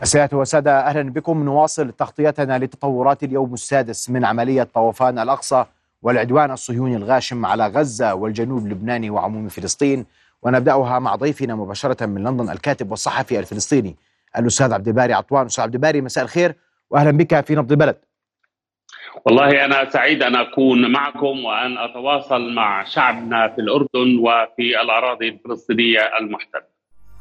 سيادة والسادة، أهلا بكم. نواصل تغطيتنا لتطورات اليوم السادس من عملية طوفان الأقصى والعدوان الصهيوني الغاشم على غزة والجنوب اللبناني وعموم فلسطين، ونبدأها مع ضيفنا مباشرة من لندن الكاتب والصحفي الفلسطيني الأستاذ عبد الباري عطوان. أستاذ عبد الباري، مساء الخير وأهلا بك في نبض البلد. والله أنا سعيد أن أكون معكم وأن أتواصل مع شعبنا في الأردن وفي الأراضي الفلسطينية المحتلة.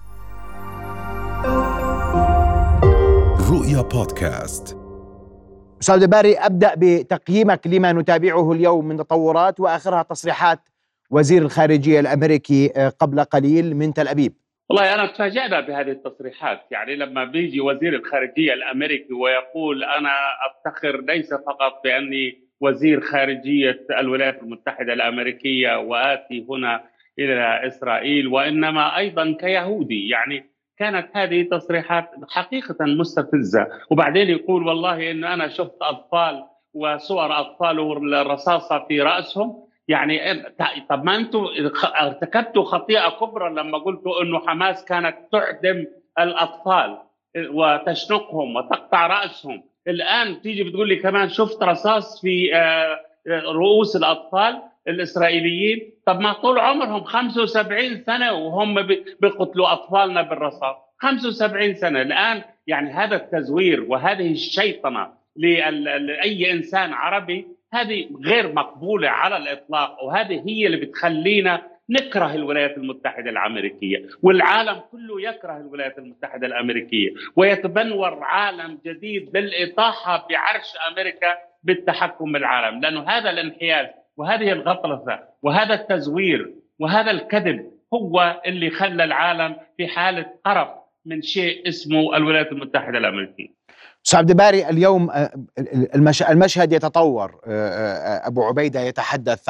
رؤيا بودكاست. أستاذ عبد الباري، أبدأ بتقييمك لما نتابعه اليوم من تطورات، وآخرها تصريحات وزير الخارجية الأمريكي قبل قليل من تل أبيب. والله أنا تفاجأنا بهذه التصريحات، يعني لما بيجي وزير الخارجية الأمريكي ويقول أنا أفتخر ليس فقط بأني وزير خارجية الولايات المتحدة الأمريكية وآتي هنا إلى إسرائيل، وإنما أيضا كيهودي. يعني كانت هذه تصريحات حقيقة مستفزة. وبعدين يقول والله إن أنا شفت أطفال وصور أطفال والرصاصة في رأسهم. يعني طب ما أنتم ارتكبتوا خطيئة كبرى لما قلتوا إنه حماس كانت تعدم الأطفال وتشنقهم وتقطع رأسهم. الآن تيجي بتقول لي كمان شفت رصاص في رؤوس الأطفال الإسرائيليين. طب ما طول عمرهم 75 سنة وهم بيقتلوا أطفالنا بالرصاص. 75 سنة الآن. يعني هذا التزوير وهذه الشيطنة لأي إنسان عربي هذه غير مقبولة على الإطلاق، وهذه هي اللي بتخلينا نكره الولايات المتحدة الأمريكية، والعالم كله يكره الولايات المتحدة الأمريكية، ويتبنور عالم جديد للإطاحة بعرش أمريكا بالتحكم بالعالم. لأنه هذا الانحياز وهذه الغطرسة وهذا التزوير وهذا الكذب هو اللي خلى العالم في حالة قرف من شيء اسمه الولايات المتحدة الأمريكية. أستاذ عبد الباري، اليوم المشهد يتطور. أبو عبيدة يتحدث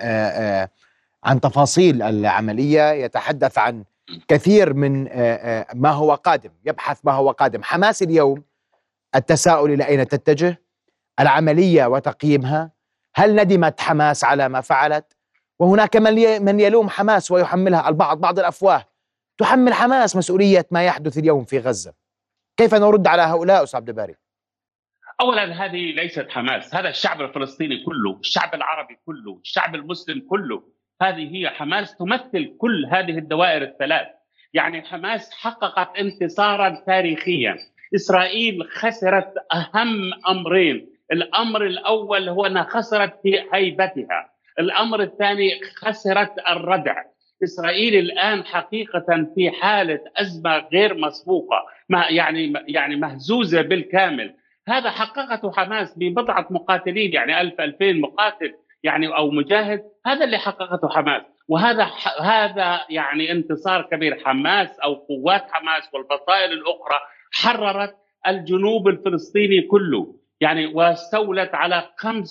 عن تفاصيل العملية، يتحدث عن كثير من ما هو قادم، يبحث ما هو قادم. حماس اليوم التساؤل إلى أين تتجه العملية وتقييمها. هل ندمت حماس على ما فعلت؟ وهناك من يلوم حماس ويحملها بعض الأفواه تحمل حماس مسؤولية ما يحدث اليوم في غزة. كيف نرد على هؤلاء أستاذ عبد الباري؟ أولا هذه ليست حماس، هذا الشعب الفلسطيني كله، الشعب العربي كله، الشعب المسلم كله. هذه هي حماس، تمثل كل هذه الدوائر الثلاث. يعني حماس حققت انتصارا تاريخيا. إسرائيل خسرت أهم أمرين. الأمر الأول هو أنها خسرت في هيبتها. الأمر الثاني خسرت الردع. إسرائيل الآن حقيقة في حالة أزمة غير مسبوقة، يعني مهزوزة بالكامل. هذا حققته حماس ببضعة مقاتلين، يعني 1000-2000 مقاتل يعني أو مجاهد. هذا اللي حققته حماس، وهذا يعني انتصار كبير. حماس أو قوات حماس والفصائل الأخرى حررت الجنوب الفلسطيني كله، يعني واستولت على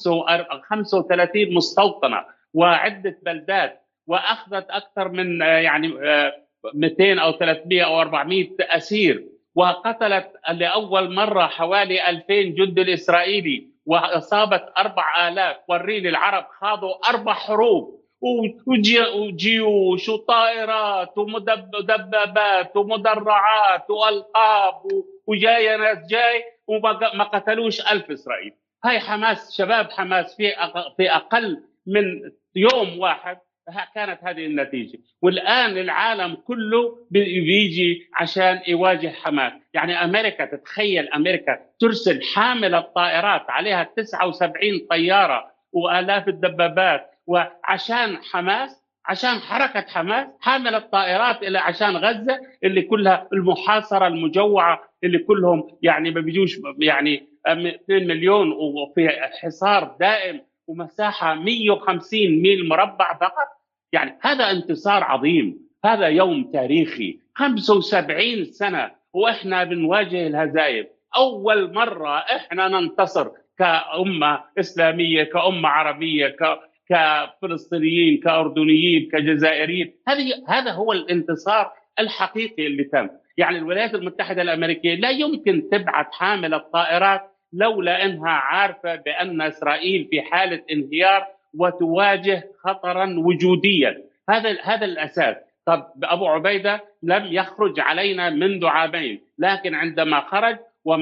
35 مستوطنة وعدة بلدات، وأخذت أكثر من يعني 200 أو 300 أو 400 أسير، وقتلت لأول مرة حوالي 2000 جندي إسرائيلي، وأصابت 4000. وريني العرب خاضوا 4 حروب وجيوش وطائرات ومدببات ومدرعات وألقاب، وجاي ناس جاي وما قتلوش 1000 إسرائيل. هاي حماس، شباب حماس في أقل من يوم واحد كانت هذه النتيجة. والآن العالم كله بيجي عشان يواجه حماس. يعني أمريكا، تتخيل أمريكا ترسل حاملة طائرات عليها 79 طيارة وآلاف الدبابات، وعشان حماس، عشان حركة حماس، حاملة طائرات إلى عشان غزة اللي كلها المحاصرة المجوعة، اللي كلهم يعني ما بيجوش يعني 2 مليون، وفي حصار دائم ومساحة 150 ميل مربع فقط. يعني هذا انتصار عظيم، هذا يوم تاريخي. 75 سنة وإحنا بنواجه الهزائم. أول مرة إحنا ننتصر كأمة إسلامية، كأمة عربية، كفلسطينيين، كأردنيين، كجزائريين. هذا هو الانتصار الحقيقي اللي تم. يعني الولايات المتحدة الأمريكية لا يمكن تبعث حاملة طائرات لولا أنها عارفة بأن إسرائيل في حالة انهيار وتواجه خطرا وجوديا. هذا الأساس. طب أبو عبيدة لم يخرج علينا منذ عامين، لكن عندما خرج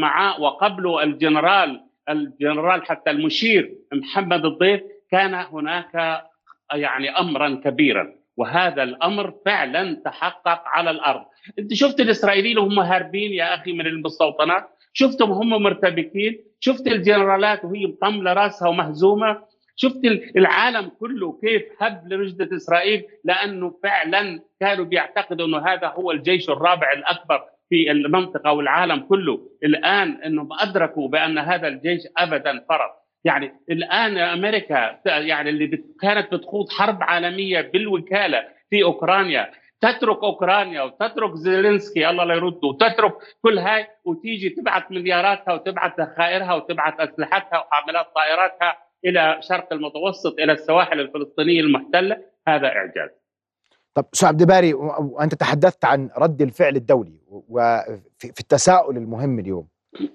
وقبله الجنرال حتى المشير محمد الضيف، كان هناك يعني أمرا كبيرا، وهذا الأمر فعلا تحقق على الأرض. أنت شفت الإسرائيليين وهم هاربين يا أخي من المستوطنات؟ شفتهم هم مرتبكين؟ شفت الجنرالات وهي مطملة راسها ومهزومة؟ شفت العالم كله كيف هب لرجدة إسرائيل؟ لأنه فعلا كانوا بيعتقدوا أنه هذا هو الجيش الرابع الأكبر في المنطقة والعالم كله. الآن أنهم أدركوا بأن هذا الجيش أبدا فرط. يعني الآن أمريكا يعني اللي كانت بتخوض حرب عالمية بالوكالة في أوكرانيا، تترك أوكرانيا وتترك زيلينسكي الله لا يرده وتترك كل هاي، وتيجي تبعث ملياراتها وتبعث ذخائرها وتبعث أسلحتها وحاملات طائراتها إلى شرق المتوسط، إلى السواحل الفلسطينية المحتلة. هذا إعجاز. طب أستاذ عبد الباري، وأنت تحدثت عن رد الفعل الدولي، وفي التساؤل المهم اليوم،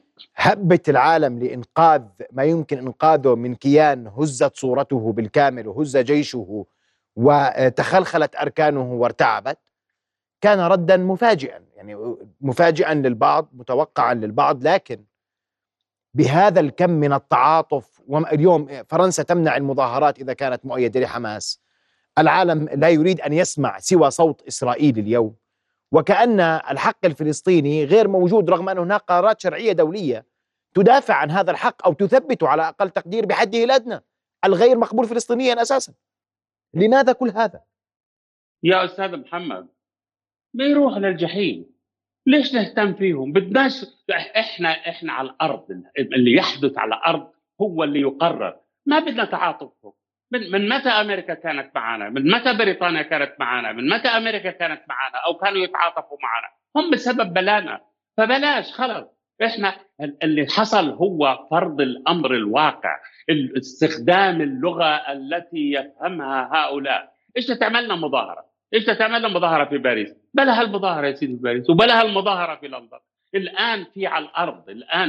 هبت العالم لإنقاذ ما يمكن إنقاذه من كيان هزت صورته بالكامل وهز جيشه وتخلخلت أركانه وارتعبت، كان ردا مفاجئا، يعني مفاجئا للبعض، متوقعا للبعض، لكن بهذا الكم من التعاطف. واليوم فرنسا تمنع المظاهرات إذا كانت مؤيدة لحماس. العالم لا يريد أن يسمع سوى صوت إسرائيل اليوم، وكأن الحق الفلسطيني غير موجود، رغم أن هناك قرارات شرعية دولية تدافع عن هذا الحق أو تثبته على أقل تقدير بحده الأدنى الغير مقبول فلسطينيا أساسا. لماذا كل هذا؟ يا أستاذ محمد، بيروح للجحيم، ليش نهتم فيهم؟ بدناش. احنا على الارض، اللي يحدث على الارض هو اللي يقرر، ما بدنا تعاطفهم. من متى امريكا كانت معنا؟ من متى بريطانيا كانت معنا؟ من متى امريكا كانت معنا او كانوا يتعاطفوا معنا؟ هم بسبب بلانا، فبلاش خلص. احنا اللي حصل هو فرض الامر الواقع، استخدام اللغه التي يفهمها هؤلاء. ايش تعملنا مظاهره؟ ايش تعملنا مظاهره في باريس؟ بلا هالمظاهره يا سيدي في باريس، وبلا هالمظاهره في لندن. الان في على الارض،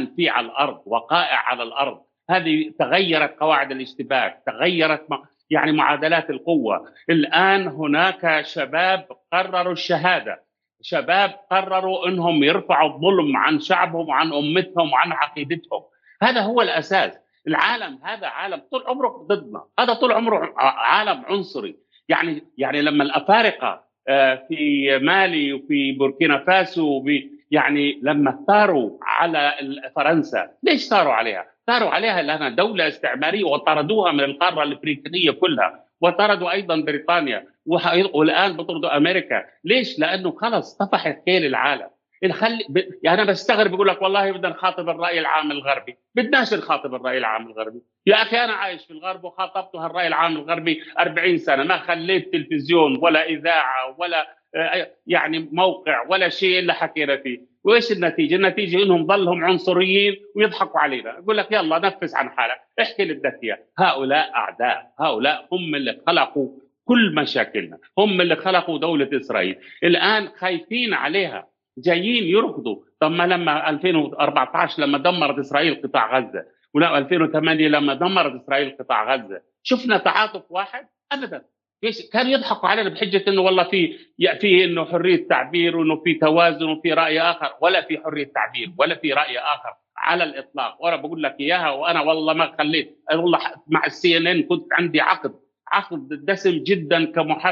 وقائع على الارض. هذه تغيرت قواعد الاشتباك، تغيرت يعني معادلات القوه. الان هناك شباب قرروا الشهاده، شباب قرروا انهم يرفعوا الظلم عن شعبهم وعن امتهم وعن عقيدتهم. هذا هو الاساس. العالم هذا عالم طول عمره ضدنا، هذا طول عمره عالم عنصري. يعني لما الافارقه في مالي وفي بوركينا فاسو يعني لما ثاروا على فرنسا، ليش ثاروا عليها؟ ثاروا عليها لانها دوله استعماريه وطردوها من القاره الافريقيه كلها، وطردوا ايضا بريطانيا، والان بطردوا امريكا. ليش؟ لانه خلص طفح كيل العالم. يعني انا بستغرب، بقول لك والله بدنا نخاطب الراي العام الغربي. بدناش نخاطب الراي العام الغربي يا اخي. انا عايش في الغرب وخاطبته الراي العام الغربي 40 سنه، ما خليت تلفزيون ولا اذاعه ولا يعني موقع ولا شيء الا حكينا فيه. وايش النتيجه؟ النتيجه انهم ظلهم عنصريين ويضحكوا علينا. يقول لك يلا نفس عن حالك، احكي اللي بدك اياه. هؤلاء اعداء، هؤلاء هم اللي خلقوا كل مشاكلنا، هم اللي خلقوا دوله اسرائيل. الان خايفين عليها، جايين يركضوا. طب ما لما 2014 لما دمرت اسرائيل قطاع غزه، ولا 2008 لما دمرت اسرائيل قطاع غزه، شفنا تعاطف واحد؟ ابدا. كانوا يضحكوا علينا بحجه انه والله في انه حريه تعبير وانه في توازن وفي راي اخر. ولا في حريه تعبير ولا في راي اخر على الاطلاق. وانا بقول لك اياها، وانا والله ما خليت. والله مع السي ان ان كنت عندي عقد دسم جدا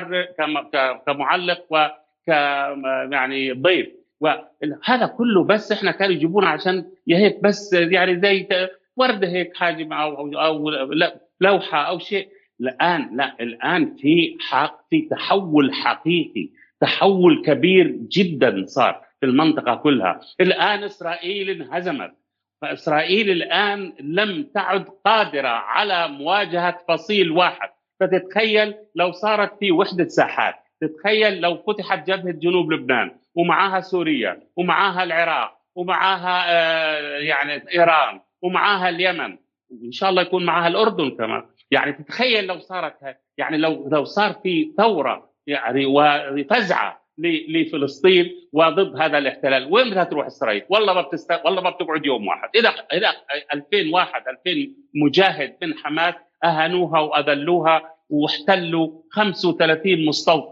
كمعلق يعني ضيف، وهذا كله بس احنا كانوا يجيبونا عشان هيك بس، يعني زي ورده هيك حاجه او لوحه او شيء. الان في تحول حقيقي، تحول كبير جدا صار في المنطقه كلها. الان اسرائيل انهزمت، فاسرائيل الان لم تعد قادره على مواجهه فصيل واحد. فتتخيل لو صارت في وحده ساحات، تتخيل لو فتحت جبهه جنوب لبنان ومعاها سوريا ومعاها العراق ومعاها يعني ايران ومعاها اليمن، وان شاء الله يكون معاها الاردن كمان. يعني تتخيل لو صارت، يعني لو صار في ثوره يعني وفزعه لفلسطين وضد هذا الاحتلال، وين بدها تروح اسرائيل؟ والله ما بتقعد يوم واحد. اذا 2000 مجاهد من حماس اهانوها واذلوها واحتلوا 35 مستوطنه،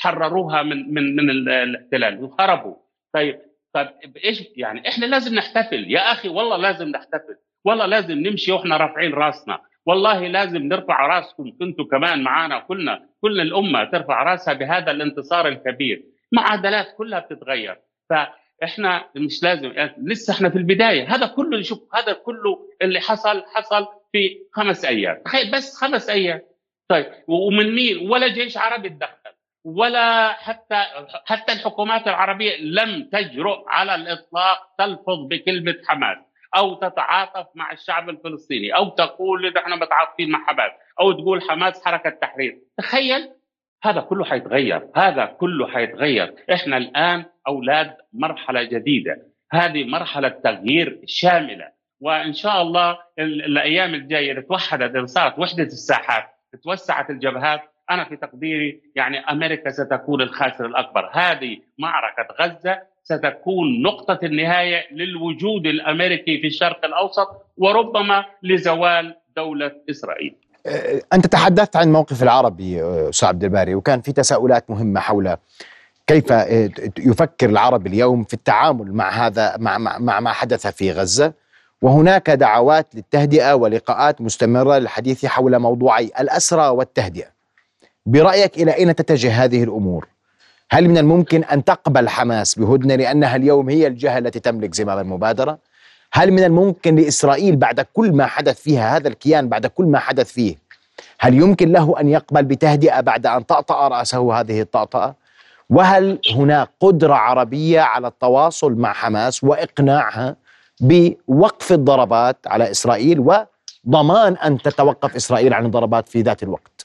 حرروها من الاحتلال وهربوا. طيب ايش يعني؟ احنا لازم نحتفل يا اخي، والله لازم نحتفل، والله لازم نمشي واحنا رافعين راسنا، والله لازم نرفع راسكم كنتوا كمان معانا، كل الامه ترفع راسها بهذا الانتصار الكبير. معادلات كلها بتتغير، فاحنا مش لازم يعني لسه احنا في البدايه. هذا كله، شوف هذا كله اللي حصل في 5 ايام، تخيل بس 5 ايام. طيب ومن مين؟ ولا جيش عربي تدخل، ولا حتى الحكومات العربيه لم تجرؤ على الاطلاق تلفظ بكلمه حماس او تتعاطف مع الشعب الفلسطيني او تقول نحن متعاطفين مع حماس او تقول حماس حركه تحرير. تخيل، هذا كله حيتغير، هذا كله حيتغير. احنا الان اولاد مرحله جديده، هذه مرحله تغيير شامله، وان شاء الله الايام الجايه توحدت، صارت وحده الساحات، توسعت الجبهات. انا في تقديري يعني امريكا ستكون الخاسر الاكبر. هذه معركه غزه ستكون نقطه النهايه للوجود الامريكي في الشرق الاوسط، وربما لزوال دوله اسرائيل. أنت تحدثت عن موقف العربي أستاذ عبد الباري، وكان في تساؤلات مهمة حول كيف يفكر العرب اليوم في التعامل مع هذا، مع ما حدث في غزة. وهناك دعوات للتهدئة ولقاءات مستمرة للحديث حول موضوعي الأسرى والتهدئة. برأيك إلى أين تتجه هذه الأمور؟ هل من الممكن أن تقبل حماس بهدنة لأنها اليوم هي الجهة التي تملك زمام المبادرة؟ هل من الممكن لإسرائيل بعد كل ما حدث فيها، هذا الكيان بعد كل ما حدث فيه، هل يمكن له أن يقبل بتهدئة بعد أن طأطأ رأسه هذه الطأطأة؟ وهل هناك قدرة عربية على التواصل مع حماس وإقناعها بوقف الضربات على إسرائيل وضمان أن تتوقف إسرائيل عن الضربات في ذات الوقت؟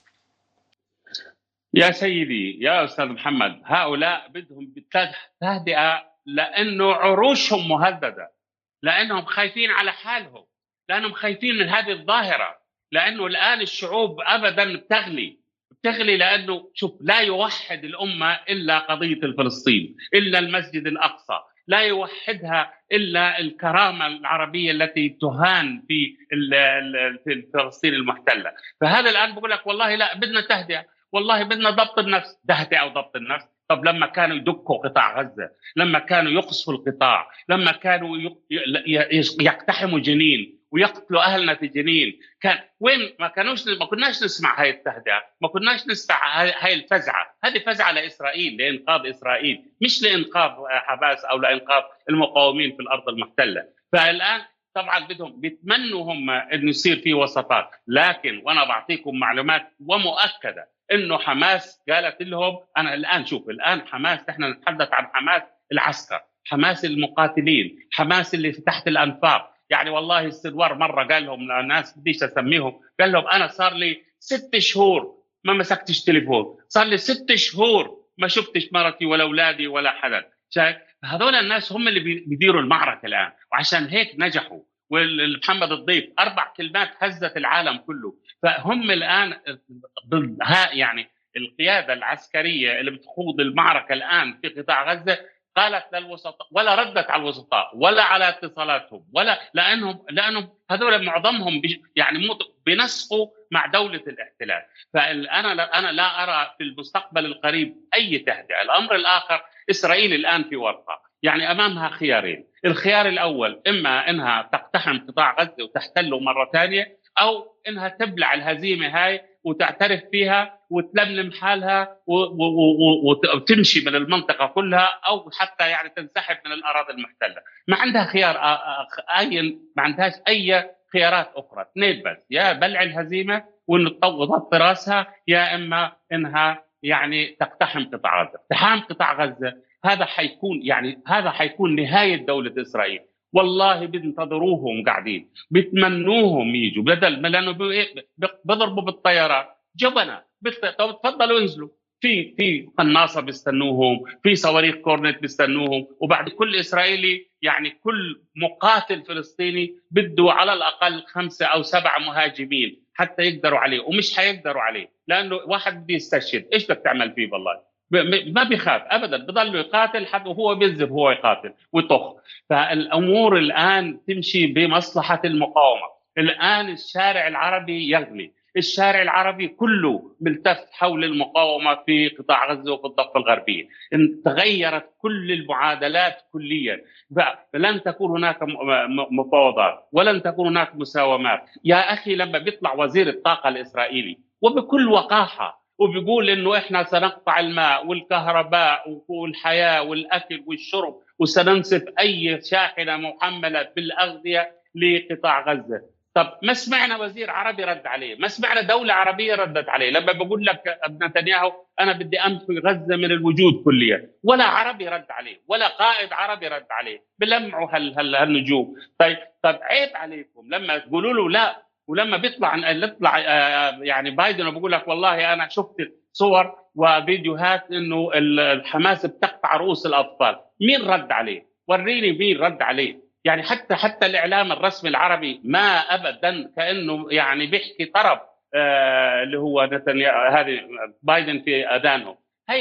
يا سيدي يا أستاذ محمد، هؤلاء بدهم تهدئة لأنه عروشهم مهددة، لأنهم خايفين على حالهم، لأنهم خايفين من هذه الظاهرة، لأنه الآن الشعوب أبدا بتغلي لأنه شوف، لا يوحد الأمة إلا قضية الفلسطين، إلا المسجد الأقصى، لا يوحدها إلا الكرامة العربية التي تهان في فلسطين المحتلة. فهذا الآن بقول لك والله لا بدنا تهدئة، والله بدنا ضبط النفس. تهدئة وضبط النفس؟ طب لما كانوا يدكوا قطاع غزة، لما كانوا يقصفوا القطاع، لما كانوا يقتحموا جنين ويقتلوا اهلنا في جنين، كان وين؟ ما كناش نسمع هاي التهدئه، ما كناش نسمع هاي الفزعه. هذه فزعه لاسرائيل، لانقاذ اسرائيل، مش لانقاذ حماس او لانقاذ المقاومين في الارض المحتله. فالان طبعا بيتمنوا هم انه يصير في وسطات، لكن وانا بعطيكم معلومات ومؤكده انه حماس قالت لهم، انا الان شوف، الان حماس، احنا نتحدث عن حماس العسكر، حماس المقاتلين، حماس اللي في تحت الانفاق. يعني والله السنوار مره قال لهم الناس بديش اسميهم، قال لهم انا صار لي 6 شهور ما مسكتش تليفون، صار لي 6 شهور ما شفتش مرتي ولا اولادي ولا حدا. شايف؟ هذول الناس هم اللي بيديروا المعركه الان، وعشان هيك نجحوا. والمحمد الضيف 4 كلمات هزت العالم كله. فهم الان يعني القياده العسكريه اللي بتخوض المعركه الان في قطاع غزه قالت للوسطاء، ولا ردت على الوسطاء ولا على اتصالاتهم، ولا لانهم هذول معظمهم يعني بينسقوا مع دوله الاحتلال. انا لا ارى في المستقبل القريب اي تهدئه. الامر الاخر، اسرائيل الان في ورطه، يعني امامها خيارين. الخيار الاول اما انها تقتحم قطاع غزه وتحتله مره ثانيه، او انها تبلع الهزيمه هاي وتعترف فيها وتلملم حالها وتمشي من المنطقه كلها، او حتى يعني تنسحب من الاراضي المحتله. ما عندها خيار ما عندهاش اي خيارات اخرى، 2 بس، يا بلع الهزيمه وانه تغطي راسها، يا اما انها يعني تقتحم قطاع غزه. اقتحام قطاع غزه هذا حيكون نهايه دوله اسرائيل. والله بينتظروهم قاعدين، بيتمنوهم يجوا، بدل ما لانه بيضربوا بالطيارات جبنه، تفضلوا انزلوا، في قناصه بيستنوهم، في صواريخ كورنت بيستنوهم. وبعد كل اسرائيلي، يعني كل مقاتل فلسطيني بده على الاقل 5 أو 7 مهاجمين حتى يقدروا عليه، ومش حيقدروا عليه لانه واحد بده يستشهد. ايش بدك تعمل فيه؟ والله ما بيخاف ابدا، بضل يقاتل حتى وهو بينزف، هو يقاتل ويطخ. فالامور الان تمشي بمصلحه المقاومه. الان الشارع العربي يغلي، الشارع العربي كله ملتف حول المقاومة في قطاع غزة وفي الضفة الغربية. تغيرت كل المعادلات كليا، فلن تكون هناك مفاوضات ولن تكون هناك مساومات. يا أخي لما بيطلع وزير الطاقة الإسرائيلي وبكل وقاحة وبيقول انه احنا سنقطع الماء والكهرباء والحياه والاكل والشرب وسننسف اي شاحنه محمله بالاغذيه لقطاع غزه. طب ما سمعنا وزير عربي رد عليه، ما سمعنا دوله عربيه ردت عليه. لما بقول لك نتنياهو انا بدي انفي غزه من الوجود كليا، ولا عربي رد عليه ولا قائد عربي رد عليه، بلمعوا هالنجوم. طيب عيب عليكم لما تقولوا له لا. ولما بيطلع يعني بايدن وبقول لك والله انا شفت صور وفيديوهات انه الحماس بتقطع رؤوس الاطفال، مين رد عليه؟ وريني مين رد عليه. يعني حتى الاعلام الرسمي العربي ما ابدا، كانه يعني بيحكي طرب اللي هو نتنياهو هذه بايدن في اذانه. هي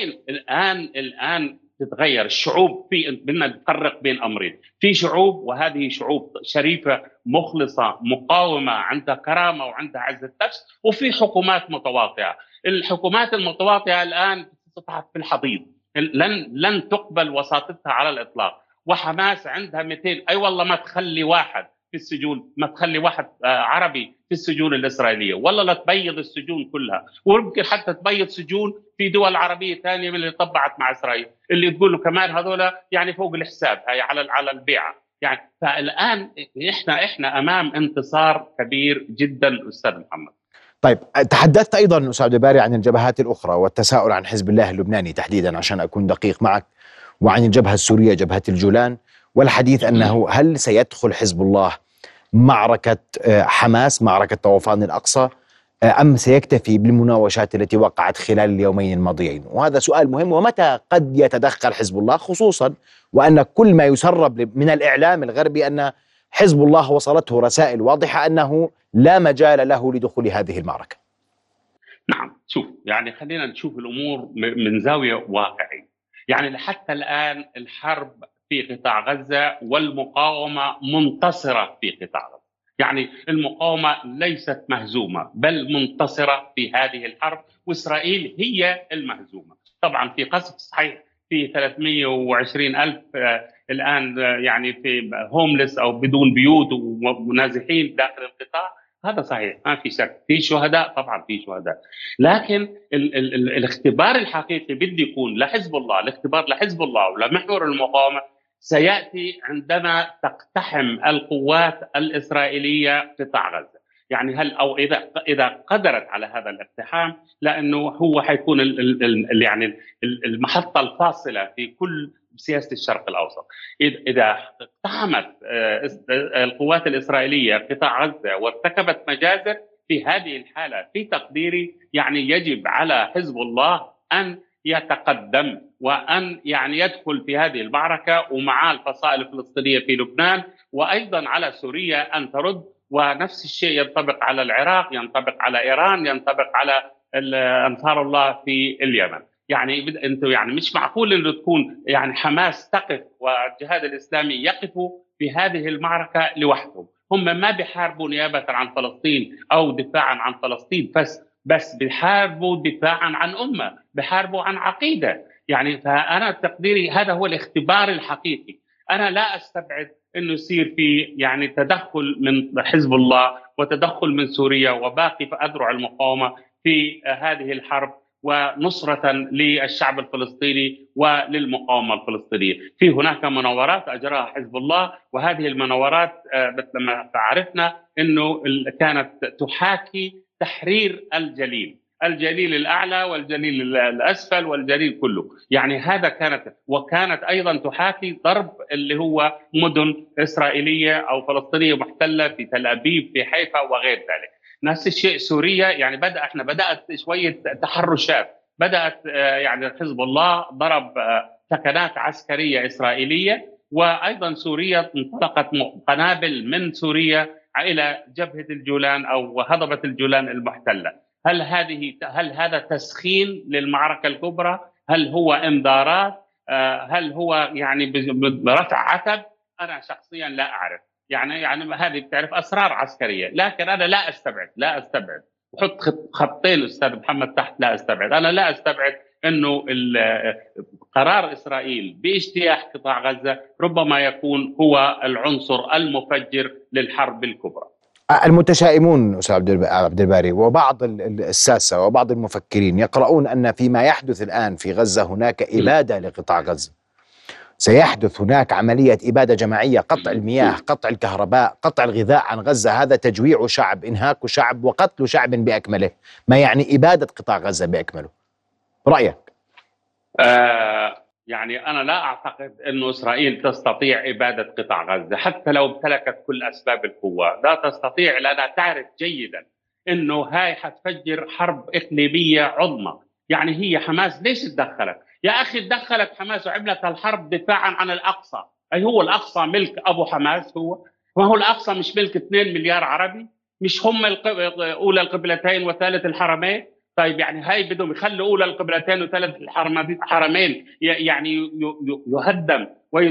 الان تتغير الشعوب. بدنا نفرق بين امرين، في شعوب وهذه شعوب شريفه مخلصه مقاومه عندها كرامه وعندها عزه نفس، وفي حكومات متواطئه. الحكومات المتواطئه الان تطحن في الحضيض، لن تقبل وساطتها على الاطلاق. وحماس عندها 200. اي والله ما تخلي واحد في السجون، ما تخلي واحد عربي في السجون الاسرائيليه، والله لا تبيض السجون كلها، ويمكن حتى تبيض سجون في دول عربيه ثانيه من اللي طبعت مع اسرائيل، اللي تقول له كمان هذول يعني فوق الحساب، هي على البيعه يعني. فالان احنا امام انتصار كبير جدا استاذ محمد. طيب تحدثت ايضا استاذ عبد عن الجبهات الاخرى والتساؤل عن حزب الله اللبناني تحديدا عشان اكون دقيق معك، وعن الجبهه السوريه جبهه الجولان، والحديث انه هل سيدخل حزب الله معركه حماس، معركه طوفان الاقصى، ام سيكتفي بالمناوشات التي وقعت خلال اليومين الماضيين؟ وهذا سؤال مهم. ومتى قد يتدخل حزب الله، خصوصا وان كل ما يسرب من الاعلام الغربي ان حزب الله وصلته رسائل واضحه انه لا مجال له لدخول هذه المعركه؟ نعم، شوف يعني خلينا نشوف الامور من زاويه واقعيه. يعني لحتى الان الحرب في قطاع غزه والمقاومه منتصره في قطاع غزه. يعني المقاومه ليست مهزومه بل منتصره في هذه الحرب، واسرائيل هي المهزومه. طبعا في قصف صحيح في 320 ألف الآن يعني في هوملس أو بدون بيوت ونازحين داخل القطاع، هذا صحيح ما في شك. في شهداء طبعا، في شهداء، لكن الاختبار الحقيقي بده يكون لحزب الله، الاختبار لحزب الله ولمحور المقاومة سيأتي عندما تقتحم القوات الإسرائيلية قطاع غزة. يعني هل أو إذا قدرت على هذا الاقتحام، لأنه هو حيكون يعني المحطة الفاصلة في كل سياسة الشرق الأوسط. إذا اقتحمت القوات الإسرائيلية قطاع غزة وارتكبت مجازر، في هذه الحالة في تقديري يعني يجب على حزب الله أن يتقدم وأن يعني يدخل في هذه المعركة، ومع الفصائل الفلسطينية في لبنان، وأيضا على سوريا أن ترد. ونفس الشيء ينطبق على العراق، ينطبق على إيران، ينطبق على أنصار الله في اليمن. يعني انتم يعني مش معقول انه تكون يعني حماس تقف والجهاد الاسلامي يقفوا في هذه المعركه لوحدهم. هم ما بيحاربوا نيابه عن فلسطين او دفاعا عن فلسطين بس بيحاربوا دفاعا عن امه، بيحاربوا عن عقيده. يعني فانا تقديري هذا هو الاختبار الحقيقي. انا لا استبعد انه يصير في يعني تدخل من حزب الله وتدخل من سوريا وباقي اذرع المقاومه في هذه الحرب، ونصرة للشعب الفلسطيني وللمقاومة الفلسطينية. في هناك مناورات أجراها حزب الله، وهذه المناورات لما عرفنا أنه كانت تحاكي تحرير الجليل الأعلى والجليل الأسفل والجليل كله. يعني هذا وكانت أيضا تحاكي ضرب اللي هو مدن إسرائيلية أو فلسطينية محتلة في تل أبيب في حيفا وغير ذلك. نفس الشيء سوريا، يعني بدأت شوية تحرشات، بدأت يعني حزب الله ضرب ثكنات عسكرية إسرائيلية، وأيضا سوريا انطلقت قنابل من سوريا إلى جبهة الجولان أو هضبة الجولان المحتلة. هل هذا تسخين للمعركة الكبرى؟ هل هو انذارات؟ هل هو يعني برفع عتب؟ أنا شخصيا لا أعرف. يعني هذه بتعرف اسرار عسكريه، لكن انا لا استبعد حط خطين استاذ محمد تحت لا استبعد. انا لا استبعد انه قرار اسرائيل باجتياح قطاع غزه ربما يكون هو العنصر المفجر للحرب الكبرى. المتشائمون أستاذ عبد الباري وبعض الساسة وبعض المفكرين يقرؤون أن فيما يحدث الآن في غزة هناك إبادة لقطاع غزة، سيحدث هناك عملية إبادة جماعية، قطع المياه، قطع الكهرباء، قطع الغذاء عن غزة. هذا تجويع شعب، إنهاك شعب، وقتل شعب بأكمله، ما يعني إبادة قطاع غزة بأكمله. رأيك؟ يعني أنا لا أعتقد أن إسرائيل تستطيع إبادة قطاع غزة حتى لو امتلكت كل أسباب القوة، لا تستطيع، لأنها تعرف جيدا أنه هاي حتفجر حرب إقليمية عظمى. يعني هي حماس ليش تدخلت؟ يا أخي تدخلت حماس وعملت الحرب دفاعا عن الأقصى. أي هو الأقصى ملك أبو حماس؟ ما هو الأقصى مش ملك 2 مليار عربي؟ مش هم أولى القبلتين وثالث الحرمين؟ طيب يعني هاي بدهم يخلوا اولى القبلتين وثالث الحرمين يعني يهدم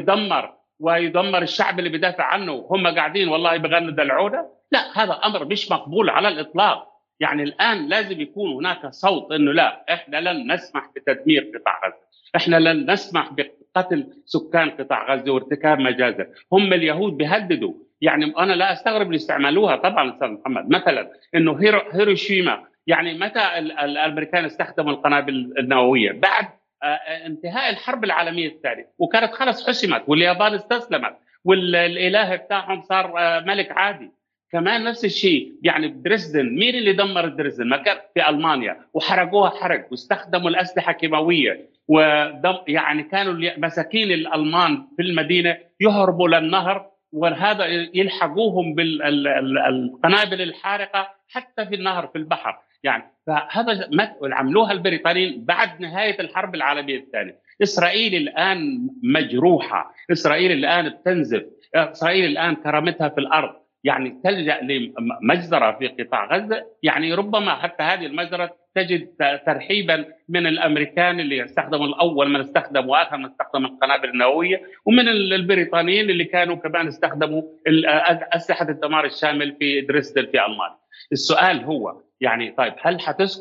ويدمر الشعب اللي بدافع عنه، هم قاعدين والله بغنوا دلعونا؟ لا، هذا امر مش مقبول على الاطلاق. يعني الان لازم يكون هناك صوت انه لا، احنا لن نسمح بتدمير قطاع غزه، احنا لن نسمح بقتل سكان قطاع غزه وارتكاب مجازر. هم اليهود بيهددوا، يعني انا لا استغرب اللي استعملوها طبعا استاذ محمد، مثلا انه هيروشيما، يعني متى الامريكان استخدموا القنابل النوويه؟ بعد انتهاء الحرب العالميه الثانيه، وكانت خلص حسمت واليابان استسلمت والاله بتاعهم صار ملك عادي. كمان نفس الشيء يعني بدريسدن، مين اللي دمر دريسدن؟ ما كان في المانيا، وحرقوها حرق واستخدموا الاسلحه كيماويه يعني كانوا مساكين الالمان في المدينه يهربوا للنهر، وهذا يلحقوهم بالقنابل الحارقه حتى في النهر في البحر. يعني فهذا عملوها البريطانيين بعد نهايه الحرب العالميه الثانيه. اسرائيل الان مجروحه، اسرائيل الان بتنزف، اسرائيل الان كرامتها في الارض، يعني تلجا لمجزره في قطاع غزه. يعني ربما حتى هذه المجزره تجد ترحيبا من الامريكان اللي استخدموا الاول من استخدم واخر من استخدم القنابل النوويه، ومن البريطانيين اللي كانوا كمان استخدموا اسلحه الدمار الشامل في دريسدن في المانيا. السؤال هو يعني طيب هل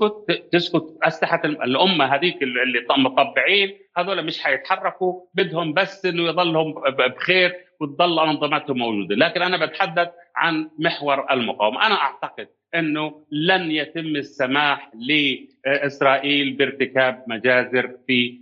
تسكت اسلحه الامه هذيك اللي مطبعين هذول مش حيتحركوا، بدهم بس انه يضلهم بخير وتضل انظمتهم موجوده. لكن انا بتحدث عن محور المقاومه. انا اعتقد انه لن يتم السماح لاسرائيل بارتكاب مجازر في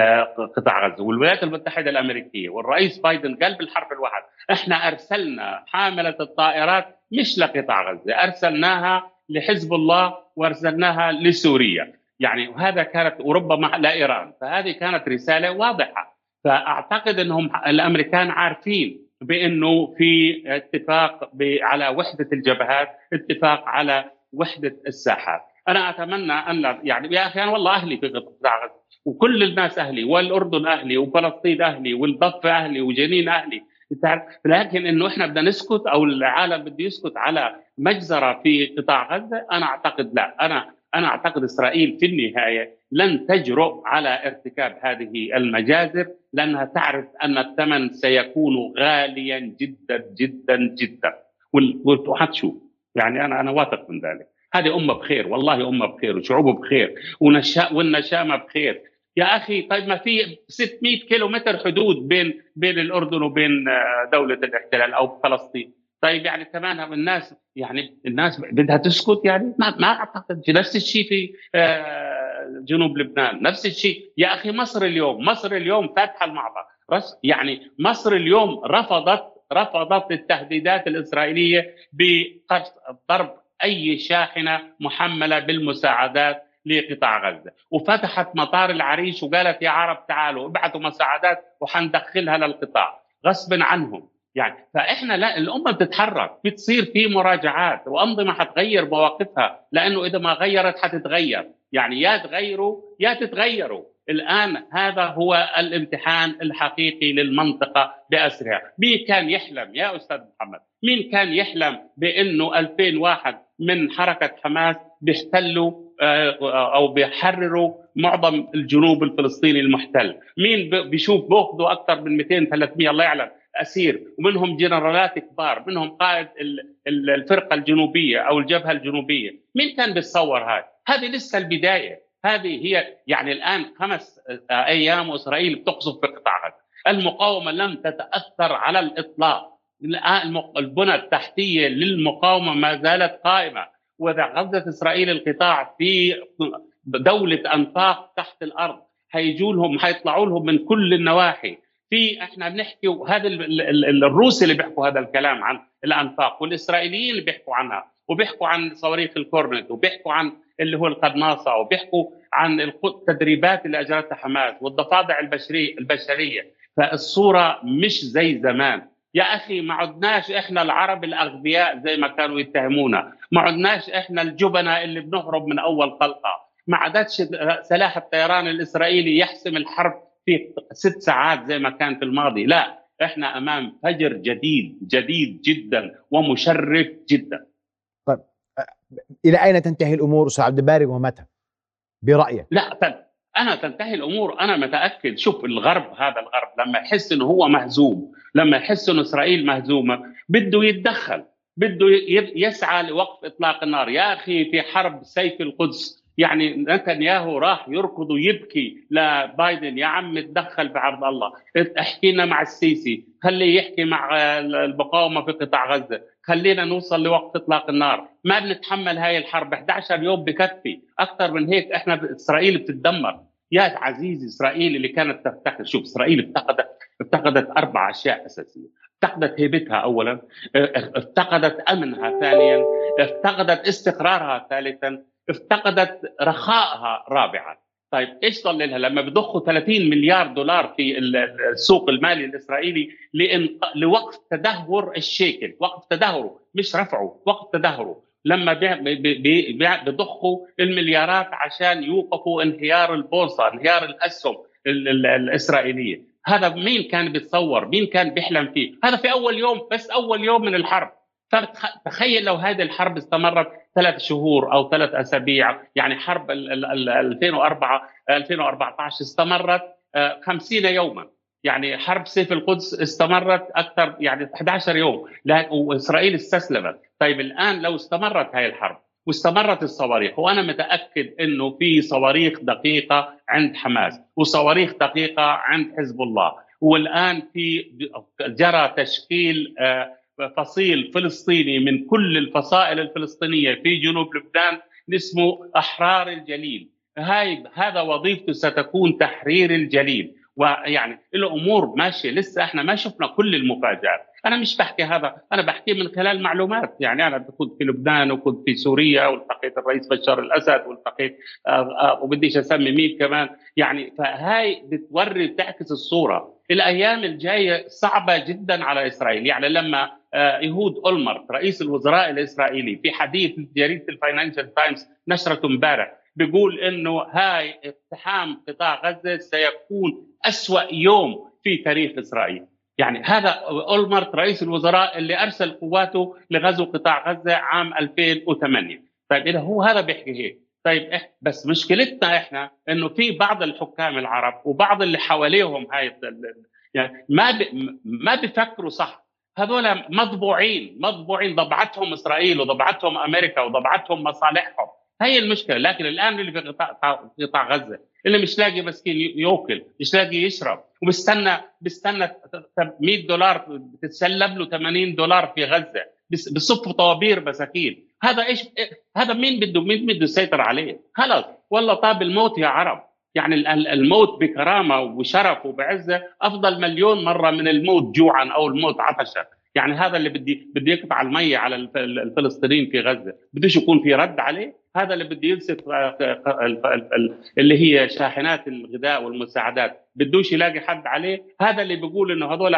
قطاع غزه، والولايات المتحده الامريكيه والرئيس بايدن قال بالحرف الواحد احنا ارسلنا حامله الطائرات مش لقطاع غزه، ارسلناها لحزب الله وارسلناها لسوريا، يعني وهذا كانت وربما لايران، فهذه كانت رساله واضحه. فاعتقد انهم الامريكان عارفين بانه في اتفاق على وحده الجبهات، اتفاق على وحده الساحات. انا اتمنى ان يعني يا اخي انا والله اهلي في قطاع غزه وكل الناس اهلي، والاردن اهلي وفلسطين اهلي والضفه اهلي وجنين اهلي، لكن انه احنا بدنا نسكت او العالم بده يسكت على مجزره في قطاع غزه؟ انا اعتقد لا. انا اعتقد اسرائيل في النهايه لن تجرؤ على ارتكاب هذه المجازر، لانها تعرف ان الثمن سيكون غاليا جدا جدا جدا، وحتشوف. يعني انا واثق من ذلك. هذه امه بخير، والله امه بخير وشعوبه بخير والنشامه بخير. يا اخي طيب ما في 600 كيلومتر حدود بين الاردن وبين دوله الاحتلال او فلسطين. طيب يعني كمان الناس بدها تسكت؟ يعني ما اعتقد. نفس الشيء في جنوب لبنان، نفس الشيء. يا اخي مصر اليوم فاتحه المعبر، يعني مصر اليوم رفضت التهديدات الاسرائيليه بضرب اي شاحنه محمله بالمساعدات لقطاع غزه، وفتحت مطار العريش وقالت يا عرب تعالوا ابعثوا مساعدات وحندخلها للقطاع غصبا عنهم. يعني فاحنا لا، الامه بتتحرك، بتصير في مراجعات وانظمه حتغير مواقفها، لانه اذا ما غيرت حتتغير. يعني يا تغيروا يا تتغيروا. الان هذا هو الامتحان الحقيقي للمنطقه باسرها. مين كان يحلم يا استاذ محمد، مين كان يحلم بانه 2001 من حركه حماس بيحتلوا او بيحرروا معظم الجنوب الفلسطيني المحتل؟ مين بيشوف بياخذوا اكثر من 200 300 الله يعلم اسير، ومنهم جنرالات كبار، منهم قائد الفرقه الجنوبيه او الجبهه الجنوبيه. مين كان بيتصور هذه لسه البدايه. هذه هي يعني الان 5 ايام واسرائيل بتقصف في قطاع غزه. المقاومه لم تتاثر على الاطلاق. البنى التحتيه للمقاومه ما زالت قائمه. واذا غزت اسرائيل القطاع في دوله انفاق تحت الارض، هيجوا لهم، هيطلعوا لهم من كل النواحي. احنا بنحكي، وهذا الروس اللي بيحكوا هذا الكلام عن الانفاق، والاسرائيليين اللي بيحكوا عنها، وبيحكوا عن صواريخ الكورنت، وبيحكوا عن اللي هو القناصه، وبيحكوا عن التدريبات اللي اجرتها حماس والضفادع البشريه. فالصوره مش زي زمان يا اخي. ما عدناش احنا العرب الاغبياء زي ما كانوا يتهمونا، ما عدناش احنا الجبناء اللي بنهرب من اول خلقه، ما عادتش سلاح الطيران الاسرائيلي يحسم الحرب في 6 ساعات زي ما كان في الماضي. لا، احنا امام فجر جديد جدا ومشرف جدا. طيب، الى اين تنتهي الامور استاذ عبد الباري ومتى برايك؟ لا، انا تنتهي الامور، انا متاكد. شوف الغرب، هذا الغرب لما يحس انه هو مهزوم، لما يحس انه اسرائيل مهزومه، بده يتدخل، بده يسعى لوقف اطلاق النار. يا اخي في حرب سيف القدس يعني نتنياهو راح يركض ويبكي لبايدن: يا عم تدخل في عرض الله، احكي لنا مع السيسي، خليه يحكي مع المقاومه في قطاع غزه، خلينا نوصل لوقف اطلاق النار. ما بنتحمل هاي الحرب، 11 يوم بكفي، اكثر من هيك احنا اسرائيل بتتدمر. يا عزيزي، اسرائيل اللي كانت تفتخر، شوف اسرائيل افتقدت 4 اشياء اساسيه. افتقدت هيبتها اولا، افتقدت امنها ثانيا، افتقدت استقرارها ثالثا، افتقدت رخائها رابعا. طيب ايش ضل لها لما بضخوا 30 مليار دولار في السوق المالي الاسرائيلي لوقف تدهور الشيكل، وقف تدهوره مش رفعه، وقف تدهوره. لما بيضخوا المليارات عشان يوقفوا انهيار البورصه، انهيار الاسهم الاسرائيليه. هذا مين كان بيتصور؟ مين كان بيحلم فيه؟ هذا في اول يوم، بس اول يوم من الحرب. فتخيل لو هذه الحرب استمرت 3 شهور او 3 اسابيع، يعني حرب 2014 استمرت 50 يوما، يعني حرب سيف القدس استمرت اكثر، يعني 11 يوم، واسرائيل استسلمت. طيب الان لو استمرت هاي الحرب واستمرت الصواريخ، وانا متاكد انه في صواريخ دقيقه عند حماس وصواريخ دقيقه عند حزب الله، والان جرى تشكيل فصيل فلسطيني من كل الفصائل الفلسطينيه في جنوب لبنان اسمه احرار الجليل. هذا وظيفته ستكون تحرير الجليل. ويعني الامور ماشيه، لسه احنا ما شفنا كل المفاجات. انا مش بحكي هذا، انا بحكي من خلال معلومات. يعني انا كنت في لبنان وكنت في سوريا والتقيت الرئيس بشار الاسد والتقيت وبديش اسمي مين كمان. يعني فهاي بتوري، بتعكس الصوره. الايام الجايه صعبه جدا على اسرائيل. يعني لما يهود أولمرت رئيس الوزراء الاسرائيلي في حديث جريده الفاينانشال تايمز نشرته امبارح بيقول انه هاي اقتحام قطاع غزه سيكون أسوأ يوم في تاريخ اسرائيل. يعني هذا أولمرت رئيس الوزراء اللي ارسل قواته لغزو قطاع غزه عام 2008. طيب اذا هو هذا بيحكي هيك، طيب بس مشكلتنا احنا انه في بعض الحكام العرب وبعض اللي حواليهم هاي يعني ما بيفكروا صح. هذول مطبوعين ضبعتهم اسرائيل وضبعتهم امريكا وضبعتهم مصالحهم. هي المشكله. لكن الان اللي في قطاع غزه اللي مش لاقي مسكين ياكل، مش لاقي يشرب، وبستنى $100 بتتسلب له $80 في غزه، بصفوا طوابير مساكين. هذا ايش؟ هذا مين بده يسيطر عليه؟ خلص والله طاب الموت يا عرب. يعني الموت بكرامه وبشرف وبعزه افضل مليون مره من الموت جوعا او الموت عطشا. يعني هذا اللي بدي يقطع الميه على الفلسطينيين في غزه، بدوش يكون في رد عليه. هذا اللي بدي يمسك اللي هي شاحنات الغذاء والمساعدات، بدوش يلاقي حد عليه. هذا اللي بيقول انه هذول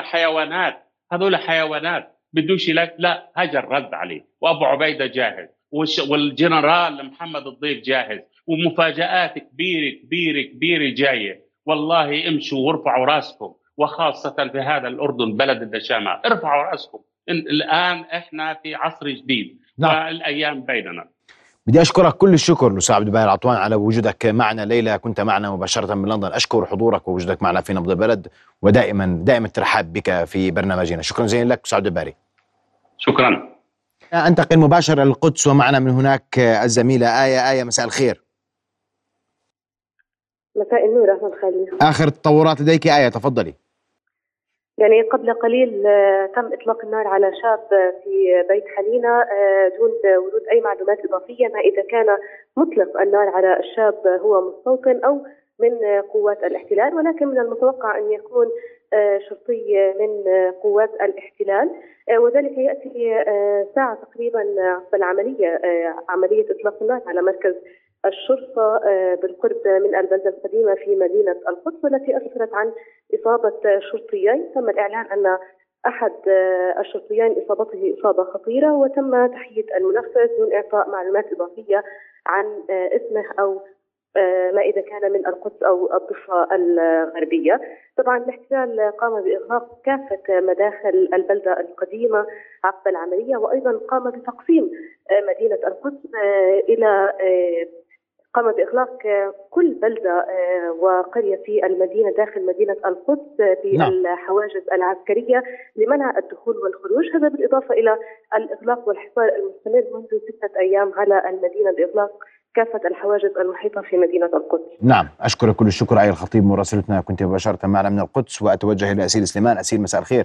حيوانات، بدوش يلاقي. لا، هجر رد عليه. وابو عبيده جاهز، والجنرال محمد الضيف جاهز، ومفاجآت كبيرة جاية. والله امشوا وارفعوا راسكم، وخاصة في هذا الأردن بلد النشامة، ارفعوا راسكم. الآن احنا في عصر جديد. نعم. والأيام بيننا. بدي أشكرك كل الشكر الأستاذ عبد الباري العطوان على وجودك معنا ليلة، كنت معنا مباشرة من لندن. أشكر حضورك ووجودك معنا في نبض البلد، ودائما الترحاب بك في برنامجنا. شكرا جزيلا لك أستاذ عبد الباري. شكرا. أنتقل مباشرة للقدس ومعنا من هناك الزميلة آية. مساء الخير. مساء النور أهلا خالد. آخر التطورات لديك آية، تفضلي. يعني قبل قليل تم إطلاق النار على شاب في بيت حلينة دون ورود أي معلومات إضافية ما إذا كان مطلق النار على الشاب هو مستوطن أو من قوات الاحتلال، ولكن من المتوقع أن يكون شرطي من قوات الاحتلال، وذلك يأتي ساعة تقريبا عقب العملية، عملية إطلاق النار على مركز الشرطة بالقرب من البلدة القديمة في مدينة القدس، والتي أسفرت عن إصابة شرطيين. تم الإعلان أن أحد الشرطيين إصابته إصابة خطيرة، وتم تحييد المنفذ دون إعطاء معلومات إضافية عن اسمه أو ما إذا كان من القدس أو الضفة الغربية. طبعا الاحتلال قام بإغلاق كافة مداخل البلدة القديمة عقب العملية، وأيضا قام بتقسيم مدينة القدس إلى قام بإغلاق كل بلدة وقرية في المدينة داخل مدينة القدس بالحواجز العسكرية لمنع الدخول والخروج، هذا بالإضافة إلى الإغلاق والحصار المستمر منذ 6 أيام على المدينة بإغلاق كافة الحواجز المحيطة في مدينة القدس. نعم، أشكرك كل الشكر آية الخطيب مراسلتنا، كنت مباشرة معنا من القدس. وأتوجه إلى أسيل سليمان. أسيل مساء الخير.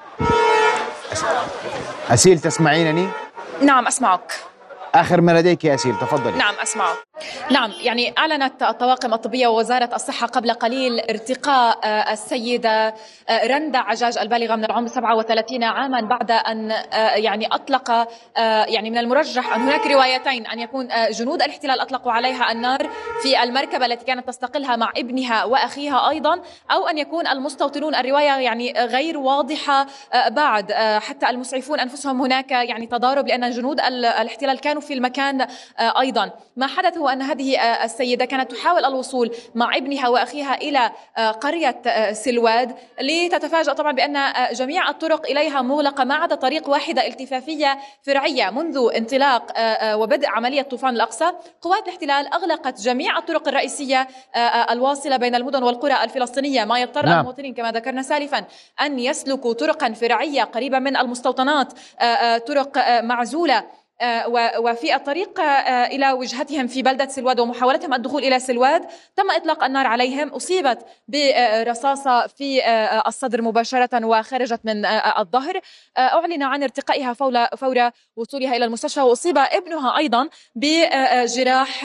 أسيل تسمعينني؟ نعم أسمعك. آخر ما لديك يا أسيل، تفضلي. نعم أسمعك. نعم، يعني أعلنت الطواقم الطبية ووزارة الصحة قبل قليل ارتقاء السيدة رندا عجاج البالغة من العمر 37 عاما بعد أن يعني أطلق يعني من المرجح أن هناك روايتين، أن يكون جنود الاحتلال أطلقوا عليها النار في المركبة التي كانت تستقلها مع ابنها وأخيها أيضا، أو أن يكون المستوطنون. الرواية يعني غير واضحة بعد، حتى المسعفون أنفسهم هناك يعني تضارب، لأن جنود الاحتلال كانوا في المكان أيضا. ما حدث هو أن هذه السيدة كانت تحاول الوصول مع ابنها وأخيها إلى قرية سلواد، لتتفاجأ طبعا بأن جميع الطرق إليها مغلقة ما عدا طريق واحدة التفافية فرعية. منذ انطلاق وبدء عملية طوفان الأقصى، قوات الاحتلال أغلقت جميع الطرق الرئيسية الواصلة بين المدن والقرى الفلسطينية، ما يضطر المواطنين كما ذكرنا سالفا أن يسلكوا طرقا فرعية قريبة من المستوطنات، طرق معزولة، وفي الطريق إلى وجهتهم في بلدة سلواد ومحاولتهم الدخول إلى سلواد تم إطلاق النار عليهم. أصيبت برصاصة في الصدر مباشرة وخرجت من الظهر. أعلن عن ارتقائها فور وصولها إلى المستشفى، وأصيب ابنها أيضا بجراح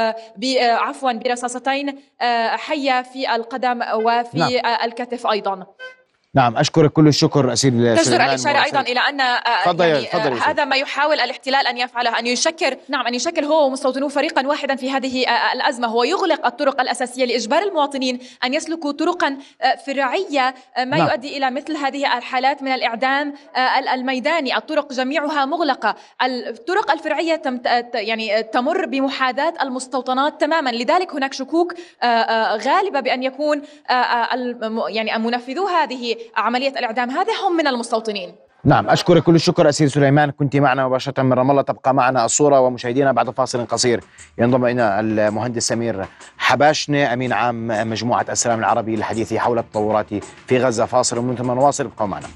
برصاصتين حية في القدم وفي الكتف أيضا. نعم، أشكرك كل الشكر أسيل سليمان. تجدر الإشارة أيضا إلى أن يعني هذا ما يحاول الاحتلال أن يفعله، أن يشكل هو ومستوطنوه فريقا واحدا في هذه الأزمة. هو يغلق الطرق الأساسية لإجبار المواطنين أن يسلكوا طرقا فرعية، ما يؤدي إلى مثل هذه الحالات من الإعدام الميداني. الطرق جميعها مغلقة، الطرق الفرعية يعني تمر بمحاذاة المستوطنات تماما. لذلك هناك شكوك غالبة بأن يكون يعني منفذو هذه عملية الإعدام هذا هم من المستوطنين. نعم، أشكرك كل الشكر أسيل سليمان، كنت معنا مباشرة من رام الله. تبقى معنا الصورة ومشاهدينا بعد فاصل قصير ينضم إلينا المهندس سمير حباشنة أمين عام مجموعة السلام العربي للحديث حول التطورات في غزة. فاصل ومن ثم نواصل، ابقوا معنا.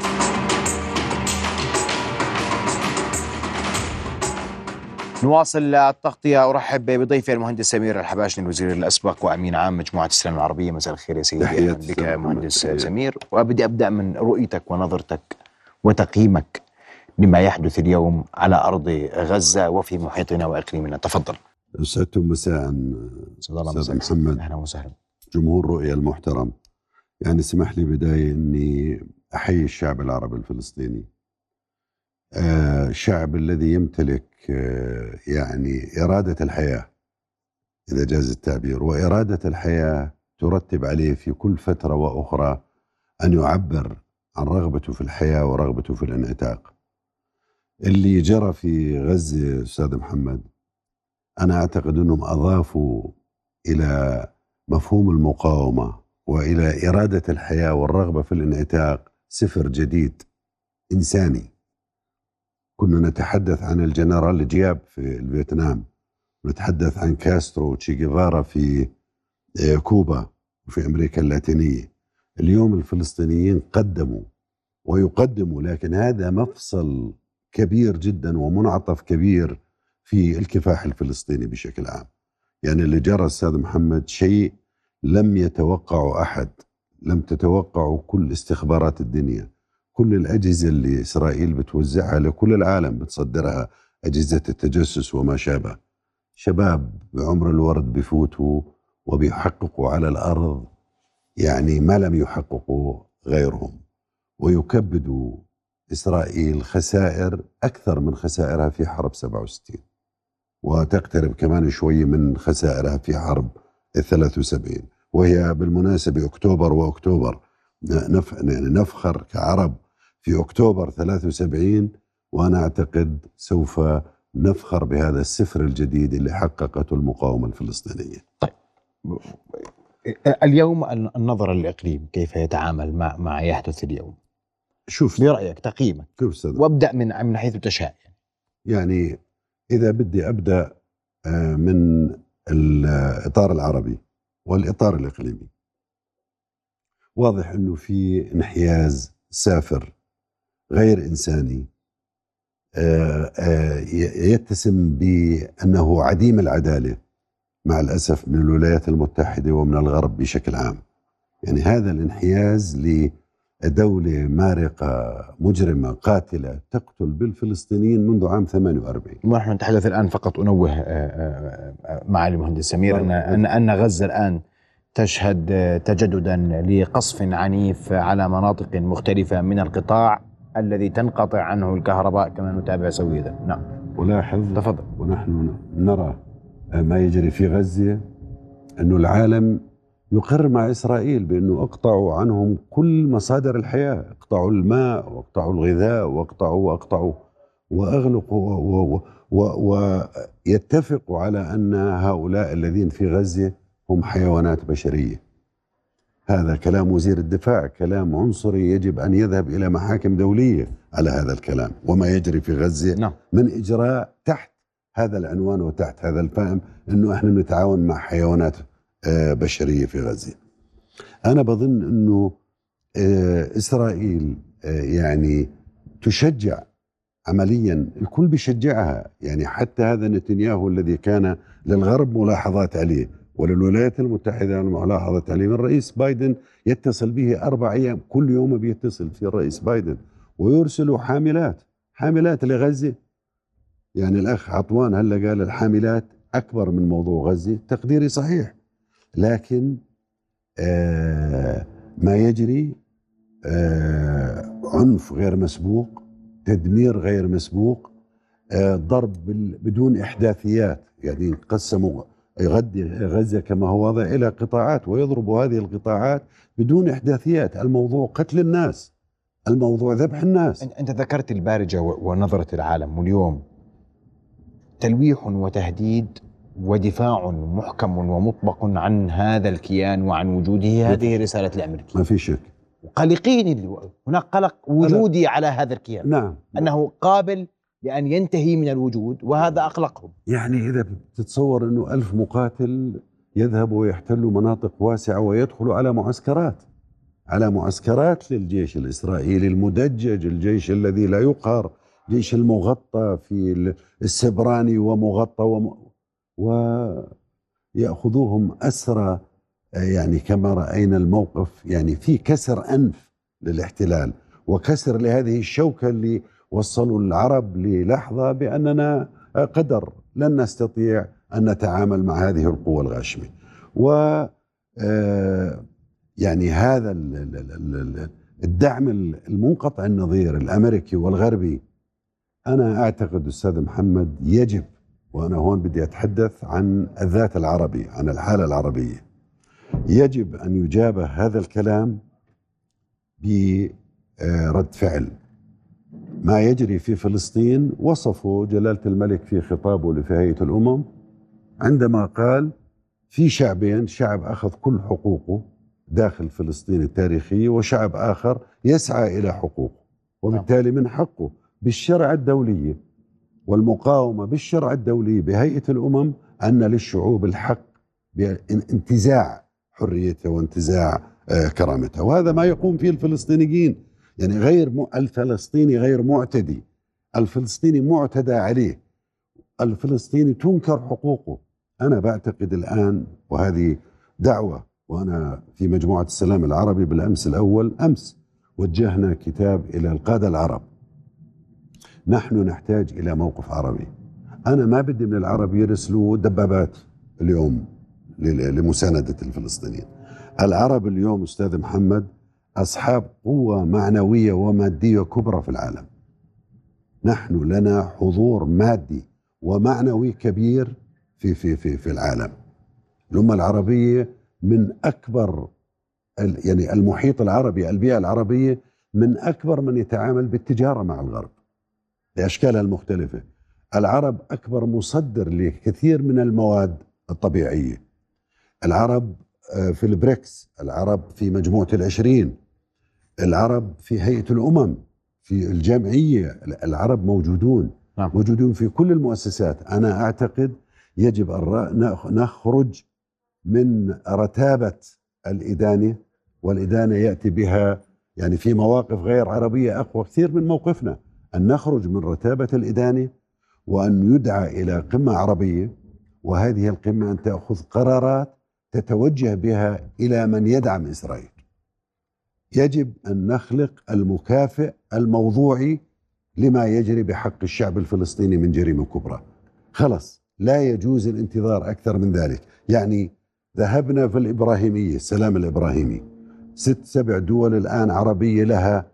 نواصل التغطية. أرحب بضيفي المهندس سمير الحباشني الوزير الأسبق وأمين عام مجموعة السلام العربية. مساء الخير يا سيدي، أهلا بك مهندس سمير. وأبدي أبدأ من رؤيتك ونظرتك وتقييمك لما يحدث اليوم على أرض غزة وفي محيطنا وإقليمنا. تفضل. سعدتم مساء أستاذ محمد. أهلا وسهلا. جمهور رؤية المحترم، يعني اسمح لي بداية أني أحيي الشعب العربي الفلسطيني، الشعب الذي يمتلك يعني إرادة الحياة إذا جاز التعبير، وإرادة الحياة ترتب عليه في كل فترة وأخرى أن يعبر عن رغبته في الحياة ورغبته في الانعتاق. اللي جرى في غزة أستاذ محمد، أنا أعتقد أنهم أضافوا إلى مفهوم المقاومة وإلى إرادة الحياة والرغبة في الانعتاق سفر جديد إنساني. كنا نتحدث عن الجنرال جياب في الفيتنام ونتحدث عن كاسترو وتشي جيفارا في كوبا وفي أمريكا اللاتينية. اليوم الفلسطينيين قدموا ويقدموا، لكن هذا مفصل كبير جدا ومنعطف كبير في الكفاح الفلسطيني بشكل عام. يعني اللي جرى أستاذ محمد شيء لم يتوقعه أحد، لم تتوقعه كل استخبارات الدنيا، كل الأجهزة اللي إسرائيل بتوزعها لكل العالم، بتصدرها أجهزة التجسس وما شابه. شباب بعمر الورد بفوتوا وبيحققوا على الأرض يعني ما لم يحققوا غيرهم، ويكبدوا إسرائيل خسائر أكثر من خسائرها في حرب 67، وتقترب كمان شوي من خسائرها في حرب 73. وهي بالمناسبة أكتوبر وأكتوبر يعني نفخر كعرب في أكتوبر 73، وأنا أعتقد سوف نفخر بهذا السفر الجديد اللي حققته المقاومة الفلسطينية. طيب اليوم النظر للإقليم كيف يتعامل مع يحدث اليوم؟ شوف برأيك تقييمك، وابدأ من حيث تشاء. يعني إذا بدي أبدأ من الإطار العربي والإطار الإقليمي، واضح أنه في انحياز سافر غير إنساني يتسم بأنه عديم العدالة مع الأسف من الولايات المتحدة ومن الغرب بشكل عام. يعني هذا الانحياز لدولة مارقة مجرمة قاتلة تقتل بالفلسطينيين منذ عام 48. ونحن نتحدث الآن، فقط أنوه معالي المهندس سمير أن غزة الآن تشهد تجددا لقصف عنيف على مناطق مختلفة من القطاع الذي تنقطع عنه الكهرباء كما نتابع سويدا. نعم. ولاحظ تفضل. ونحن نرى ما يجري في غزة، أنه العالم يقر مع إسرائيل بأنه اقطعوا عنهم كل مصادر الحياة، اقطعوا الماء واقطعوا الغذاء واقطعوا وأغلقوا ويتفقوا على أن هؤلاء الذين في غزة هم حيوانات بشرية. هذا كلام وزير الدفاع، كلام عنصري يجب أن يذهب إلى محاكم دولية على هذا الكلام. وما يجري في غزة من إجراء تحت هذا العنوان وتحت هذا الفهم أنه إحنا نتعاون مع حيوانات بشرية في غزة. أنا بظن أنه إسرائيل يعني تشجع عمليا، الكل بيشجعها. يعني حتى هذا نتنياهو الذي كان للغرب ملاحظات عليه وللولايات المتحدة ملاحظات عليه، من الرئيس بايدن يتصل به 4 أيام، كل يوم بيتصل في الرئيس بايدن ويرسل حاملات لغزة. يعني الأخ عطوان هلا قال الحاملات أكبر من موضوع غزة، تقديري صحيح، لكن ما يجري عنف غير مسبوق، تدمير غير مسبوق، ضرب بدون إحداثيات. يعني قسموا غزة كما هو واضح إلى قطاعات ويضربوا هذه القطاعات بدون إحداثيات. الموضوع قتل الناس، الموضوع ذبح الناس. أنت ذكرت البارجة ونظرة العالم، واليوم تلويح وتهديد ودفاع محكم ومطبق عن هذا الكيان وعن وجوده. هذه رسالة الأمريكي، ما في شك. قلقين، هناك قلق وجودي على هذا الكيان. نعم. أنه قابل لأن ينتهي من الوجود، وهذا أقلقهم. يعني إذا بتتصور أنه 1000 مقاتل يذهبوا ويحتلوا مناطق واسعة ويدخلوا على معسكرات للجيش الإسرائيلي المدجج، الجيش الذي لا يقهر، جيش المغطى في السبراني ومغطى ويأخذوهم أسرى. يعني كما رأينا الموقف، يعني في كسر أنف للاحتلال وكسر لهذه الشوكة اللي وصلوا العرب للحظة بأننا قدر لن نستطيع أن نتعامل مع هذه القوة الغاشمة. و يعني هذا الدعم المنقطع النظير الأمريكي والغربي، أنا أعتقد أستاذ محمد يجب، وأنا هون بدي أتحدث عن الذات العربي، عن الحالة العربية، يجب أن يجابه هذا الكلام برد فعل. ما يجري في فلسطين وصفه جلالة الملك في خطابه لهيئة الأمم عندما قال في شعبين، شعب أخذ كل حقوقه داخل فلسطين التاريخية، وشعب آخر يسعى إلى حقوقه، وبالتالي من حقه بالشرع الدولي والمقاومة بالشرع الدولي بهيئة الأمم أن للشعوب الحق بانتزاع حريتها وانتزاع كرامتها، وهذا ما يقوم فيه الفلسطينيين. يعني الفلسطيني غير معتدي، الفلسطيني معتدى عليه، الفلسطيني تنكر حقوقه. أنا بعتقد الآن، وهذه دعوة، وأنا في مجموعة السلام العربي بالأمس الأول أمس وجهنا كتاب إلى القادة العرب، نحن نحتاج إلى موقف عربي. أنا ما بدي من العرب يرسلوا دبابات اليوم لمساندة الفلسطينيين. العرب اليوم أستاذ محمد أصحاب قوة معنوية ومادية كبرى في العالم. نحن لنا حضور مادي ومعنوي كبير في العالم. الأمة العربية من أكبر، يعني المحيط العربي، البيئة العربية من أكبر من يتعامل بالتجارة مع الغرب بأشكالها المختلفة. العرب أكبر مصدر لكثير من المواد الطبيعية. العرب في البريكس، العرب في مجموعة ال20، العرب في هيئة الأمم، في الجمعية، العرب موجودون. نعم. موجودون في كل المؤسسات. أنا أعتقد يجب أن نخرج من رتابة الإدانة، والإدانة يأتي بها يعني في مواقف غير عربية أقوى كثير من موقفنا، أن نخرج من رتابة الإدانة وأن يدعى إلى قمة عربية، وهذه القمة أن تأخذ قرارات تتوجه بها إلى من يدعم إسرائيل. يجب أن نخلق المكافئ الموضوعي لما يجري بحق الشعب الفلسطيني من جريمة كبرى. خلص، لا يجوز الانتظار أكثر من ذلك. يعني ذهبنا في الإبراهيمية، السلام الإبراهيمي، 6-7 دول الآن عربية لها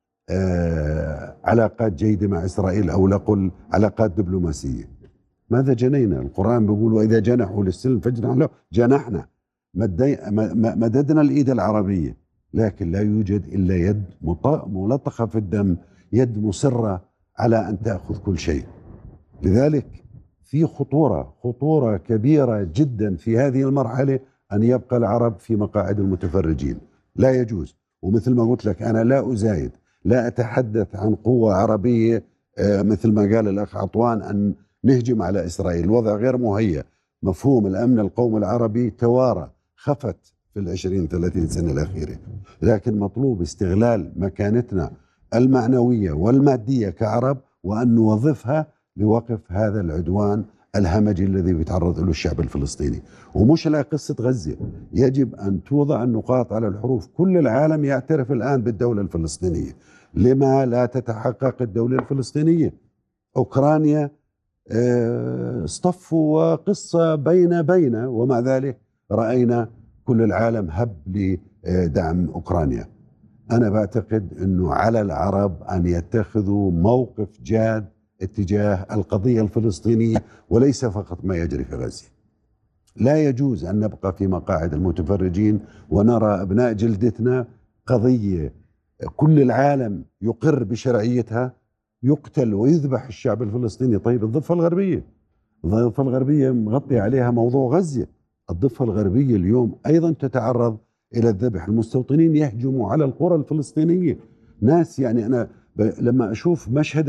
علاقات جيدة مع إسرائيل، أو نقول علاقات دبلوماسية. ماذا جنينا؟ القرآن بيقول وإذا جنحوا للسلم فاجنح له. جنحنا، مددنا الإيد العربية، لكن لا يوجد إلا يد ملطخة في الدم، يد مصرة على أن تأخذ كل شيء. لذلك في خطورة كبيرة جدا في هذه المرحلة أن يبقى العرب في مقاعد المتفرجين. لا يجوز. ومثل ما قلت لك أنا لا أزايد، لا أتحدث عن قوة عربية مثل ما قال الأخ عطوان أن نهجم على إسرائيل. الوضع غير مهيأ. مفهوم الأمن القومي العربي توارى، خفت في 20-30 سنة الأخيرة، لكن مطلوب استغلال مكانتنا المعنوية والمادية كعرب وأن نوظفها لوقف هذا العدوان الهمجي الذي بيتعرض له الشعب الفلسطيني. ومش لا قصة غزة، يجب أن توضع النقاط على الحروف. كل العالم يعترف الآن بالدولة الفلسطينية، لما لا تتحقق الدولة الفلسطينية؟ أوكرانيا اصطفوا وقصة بين ومع ذلك رأينا كل العالم هب لدعم أوكرانيا. أنا بعتقد أنه على العرب أن يتخذوا موقف جاد اتجاه القضية الفلسطينية، وليس فقط ما يجري في غزة. لا يجوز أن نبقى في مقاعد المتفرجين ونرى أبناء جلدتنا قضية كل العالم يقر بشرعيتها يقتل ويذبح الشعب الفلسطيني. طيب الضفة الغربية مغطي عليها موضوع غزة. الضفة الغربية اليوم أيضا تتعرض إلى الذبح. المستوطنين يهجموا على القرى الفلسطينية. ناس يعني أنا لما أشوف مشهد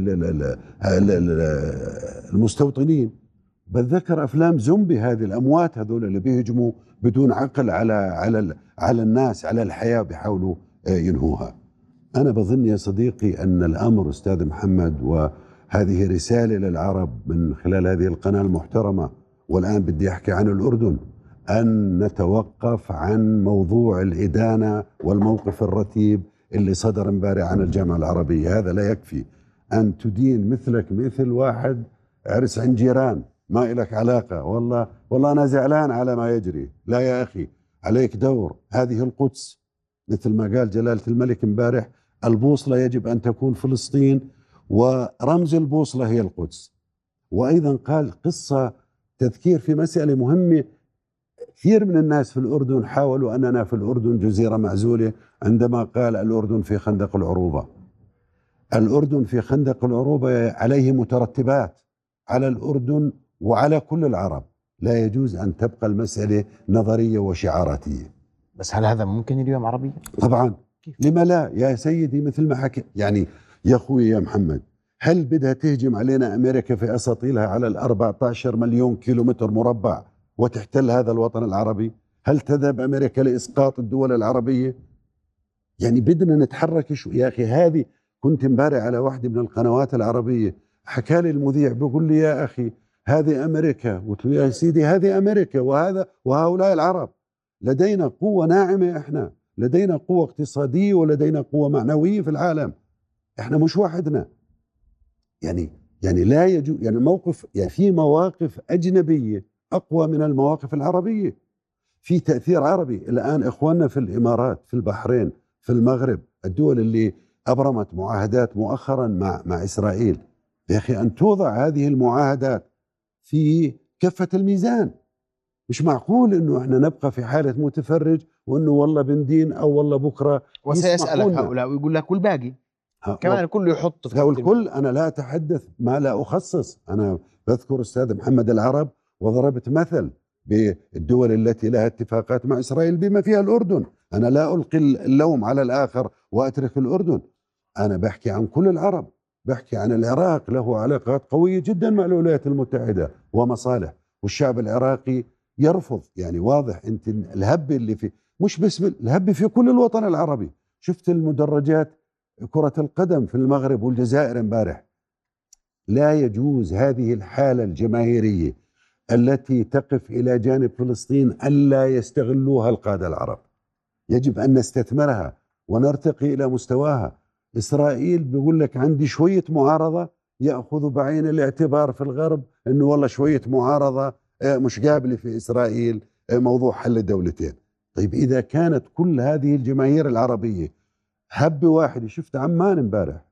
المستوطنين بتذكر أفلام زومبي. هذه الأموات هذول اللي بيهجموا بدون عقل على الناس، على الحياة، بيحاولوا ينهوها. أنا بظن يا صديقي أن الأمر أستاذ محمد، وهذه رسالة للعرب من خلال هذه القناة المحترمة، والآن بدي أحكي عن الأردن، أن نتوقف عن موضوع الإدانة والموقف الرتيب اللي صدر امبارح عن الجامعة العربية. هذا لا يكفي أن تدين مثلك مثل واحد عرس عن جيران، ما إلك علاقة. والله أنا زعلان على ما يجري. لا يا أخي، عليك دور. هذه القدس مثل ما قال جلالة الملك امبارح، البوصلة يجب أن تكون فلسطين، ورمز البوصلة هي القدس. وأيضا قال قصة تذكير في مسألة مهمة. كثير من الناس في الأردن حاولوا أننا في الأردن جزيرة معزولة، عندما قال الأردن في خندق العروبة. الأردن في خندق العروبة عليه مترتبات على الأردن وعلى كل العرب. لا يجوز أن تبقى المسألة نظرية وشعاراتية. بس هل هذا ممكن اليوم عربيا؟ طبعا، لما لا يا سيدي؟ مثل ما حكي يعني يا أخوي يا محمد، هل بدها تهجم علينا أمريكا في أساطيلها على 14 مليون كيلومتر مربع وتحتل هذا الوطن العربي؟ هل تذهب أمريكا لإسقاط الدول العربية؟ يعني بدنا نتحرك شو يا أخي. هذه كنت امبارح على واحدة من القنوات العربية، حكى لي المذيع بيقول لي يا أخي هذه أمريكا. قلت له يا سيدي هذه أمريكا وهؤلاء العرب. لدينا قوة ناعمة، إحنا لدينا قوة اقتصادية ولدينا قوة معنوية في العالم، إحنا مش وحدنا. يعني لا يجوز، يعني موقف، يعني في مواقف أجنبية أقوى من المواقف العربية. في تأثير عربي الآن. إخواننا في الإمارات، في البحرين، في المغرب، الدول اللي أبرمت معاهدات مؤخرا مع إسرائيل، يا أخي أن توضع هذه المعاهدات في كفة الميزان. مش معقول إنه إحنا نبقى في حالة متفرج، وإنه والله بندين أو والله بكرة وسيسألك هؤلاء ويقول لك والباقي كمان الكل يحط في الكل. أنا لا أتحدث ما لا أخصص. أنا بذكر أستاذ محمد العرب وضربت مثل بالدول التي لها اتفاقات مع إسرائيل بما فيها الأردن. أنا لا ألقي اللوم على الآخر وأترك الأردن. أنا بحكي عن كل العرب، بحكي عن العراق، له علاقات قوية جدا مع الولايات المتحدة ومصالح، والشعب العراقي يرفض. يعني واضح أنت الهب اللي في، مش بس الهب في كل الوطن العربي. شفت المدرجات كرة القدم في المغرب والجزائر امبارح. لا يجوز هذه الحالة الجماهيرية التي تقف إلى جانب فلسطين ألا يستغلوها القادة العرب. يجب أن نستثمرها ونرتقي إلى مستواها. إسرائيل بيقول لك عندي شوية معارضة، يأخذ بعين الاعتبار في الغرب أنه والله شوية معارضة مش قابلة في إسرائيل موضوع حل الدولتين. طيب إذا كانت كل هذه الجماهير العربية هب واحد. شفت عمان امبارح،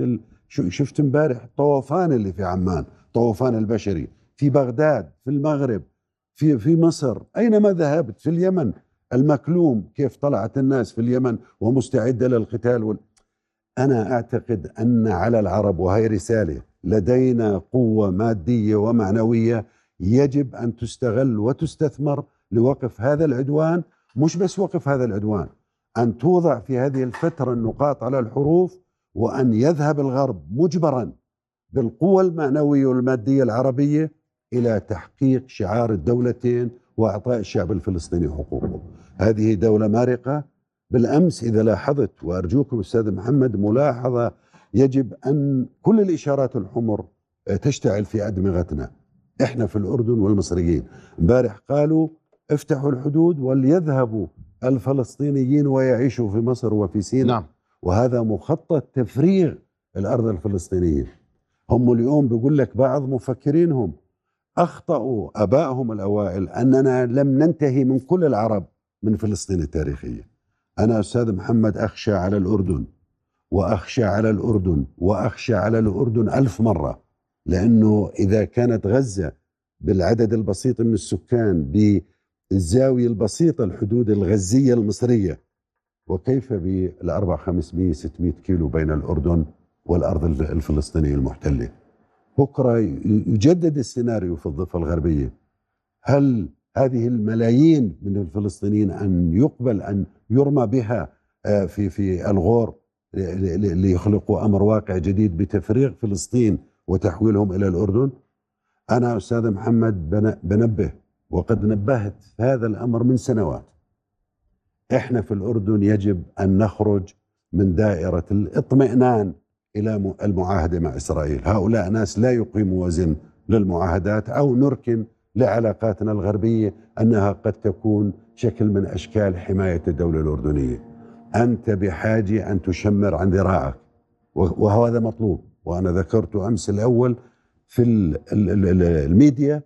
شفت امبارح طوفان اللي في عمان، طوفان البشري في بغداد، في المغرب، في مصر، أينما ذهبت، في اليمن المكلوم، كيف طلعت الناس في اليمن ومستعدة للقتال. أنا أعتقد أن على العرب، وهي رسالة، لدينا قوة مادية ومعنوية يجب أن تستغل وتستثمر لوقف هذا العدوان. مش بس وقف هذا العدوان، أن توضع في هذه الفترة النقاط على الحروف، وأن يذهب الغرب مجبرا بالقوة المعنوية والمادية العربية إلى تحقيق شعار الدولتين وإعطاء الشعب الفلسطيني حقوقه. هذه دولة مارقة. بالأمس إذا لاحظت، وأرجوكم أستاذ محمد ملاحظة، يجب أن كل الإشارات الحمر تشتعل في أدمغتنا إحنا في الأردن والمصريين. امبارح قالوا افتحوا الحدود وليذهبوا الفلسطينيين ويعيشوا في مصر وفي سيناء. نعم. وهذا مخطط تفريغ الأرض الفلسطينية. هم اليوم بيقول لك بعض مفكرينهم أخطأوا آبائهم الأوائل أننا لم ننتهي من كل العرب من فلسطين التاريخية. أنا أستاذ محمد أخشى على الأردن، وأخشى على الأردن، وأخشى على الأردن 1000 مرة. لأنه إذا كانت غزة بالعدد البسيط من السكان، بالزاوية البسيطة الحدود الغزية المصرية، وكيف بالأربع 500 600 كيلو بين الأردن والأرض الفلسطينية المحتلة. بكرة يجدد السيناريو في الضفة الغربية. هل هذه الملايين من الفلسطينيين أن يقبل أن يرمى بها في الغور ليخلقوا أمر واقع جديد بتفريغ فلسطين وتحويلهم إلى الأردن؟ أنا أستاذ محمد بنبه، وقد نبهت هذا الأمر من سنوات. إحنا في الأردن يجب أن نخرج من دائرة الاطمئنان إلى المعاهدة مع إسرائيل. هؤلاء ناس لا يقيموا وزن للمعاهدات، أو نركن لعلاقاتنا الغربية أنها قد تكون شكل من أشكال حماية الدولة الأردنية. أنت بحاجة أن تشمر عن ذراعك، وهذا مطلوب. وأنا ذكرت أمس الأول في الميديا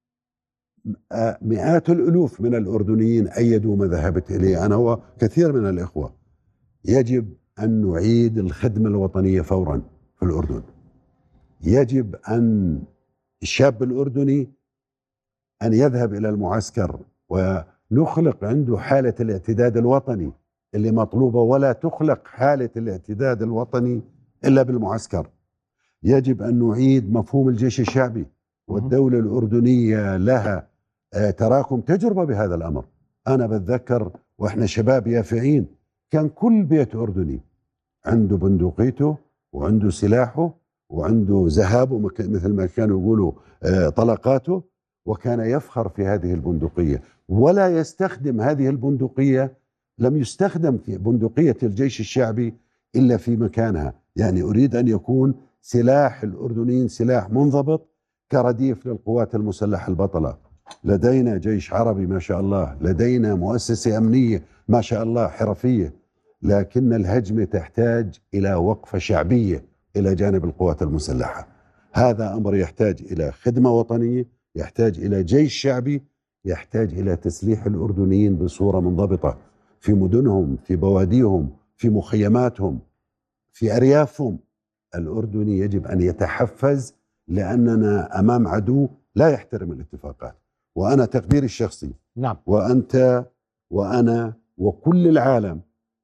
مئات الألوف من الأردنيين أيدوا ما ذهبت إليه أنا وكثير من الإخوة. يجب أن نعيد الخدمة الوطنية فورا في الأردن. يجب أن الشاب الأردني أن يذهب إلى المعسكر ونخلق عنده حالة الاعتداد الوطني اللي مطلوبة، ولا تخلق حالة الاعتداد الوطني إلا بالمعسكر. يجب أن نعيد مفهوم الجيش الشعبي، والدولة الأردنية لها تراكم تجربة بهذا الأمر. أنا بتذكر وإحنا شباب يافعين كان كل بيت أردني عنده بندقيته وعنده سلاحه وعنده ذهاب مثل ما كانوا يقولوا طلقاته، وكان يفخر في هذه البندقية، ولا يستخدم هذه البندقية. لم يستخدم في بندقية الجيش الشعبي إلا في مكانها. يعني أريد أن يكون سلاح الأردنيين سلاح منضبط كرديف للقوات المسلحة البطلة. لدينا جيش عربي ما شاء الله، لدينا مؤسسة أمنية ما شاء الله حرفية، لكن الهجمة تحتاج إلى وقفة شعبية إلى جانب القوات المسلحة. هذا أمر يحتاج إلى خدمة وطنية، يحتاج إلى جيش شعبي، يحتاج إلى تسليح الأردنيين بصورة منضبطة في مدنهم، في بواديهم، في مخيماتهم، في أريافهم. الأردني يجب أن يتحفز، لأننا أمام عدو لا يحترم الاتفاقات. وأنا تقديري الشخصي، نعم، وأنت وأنا وكل العالم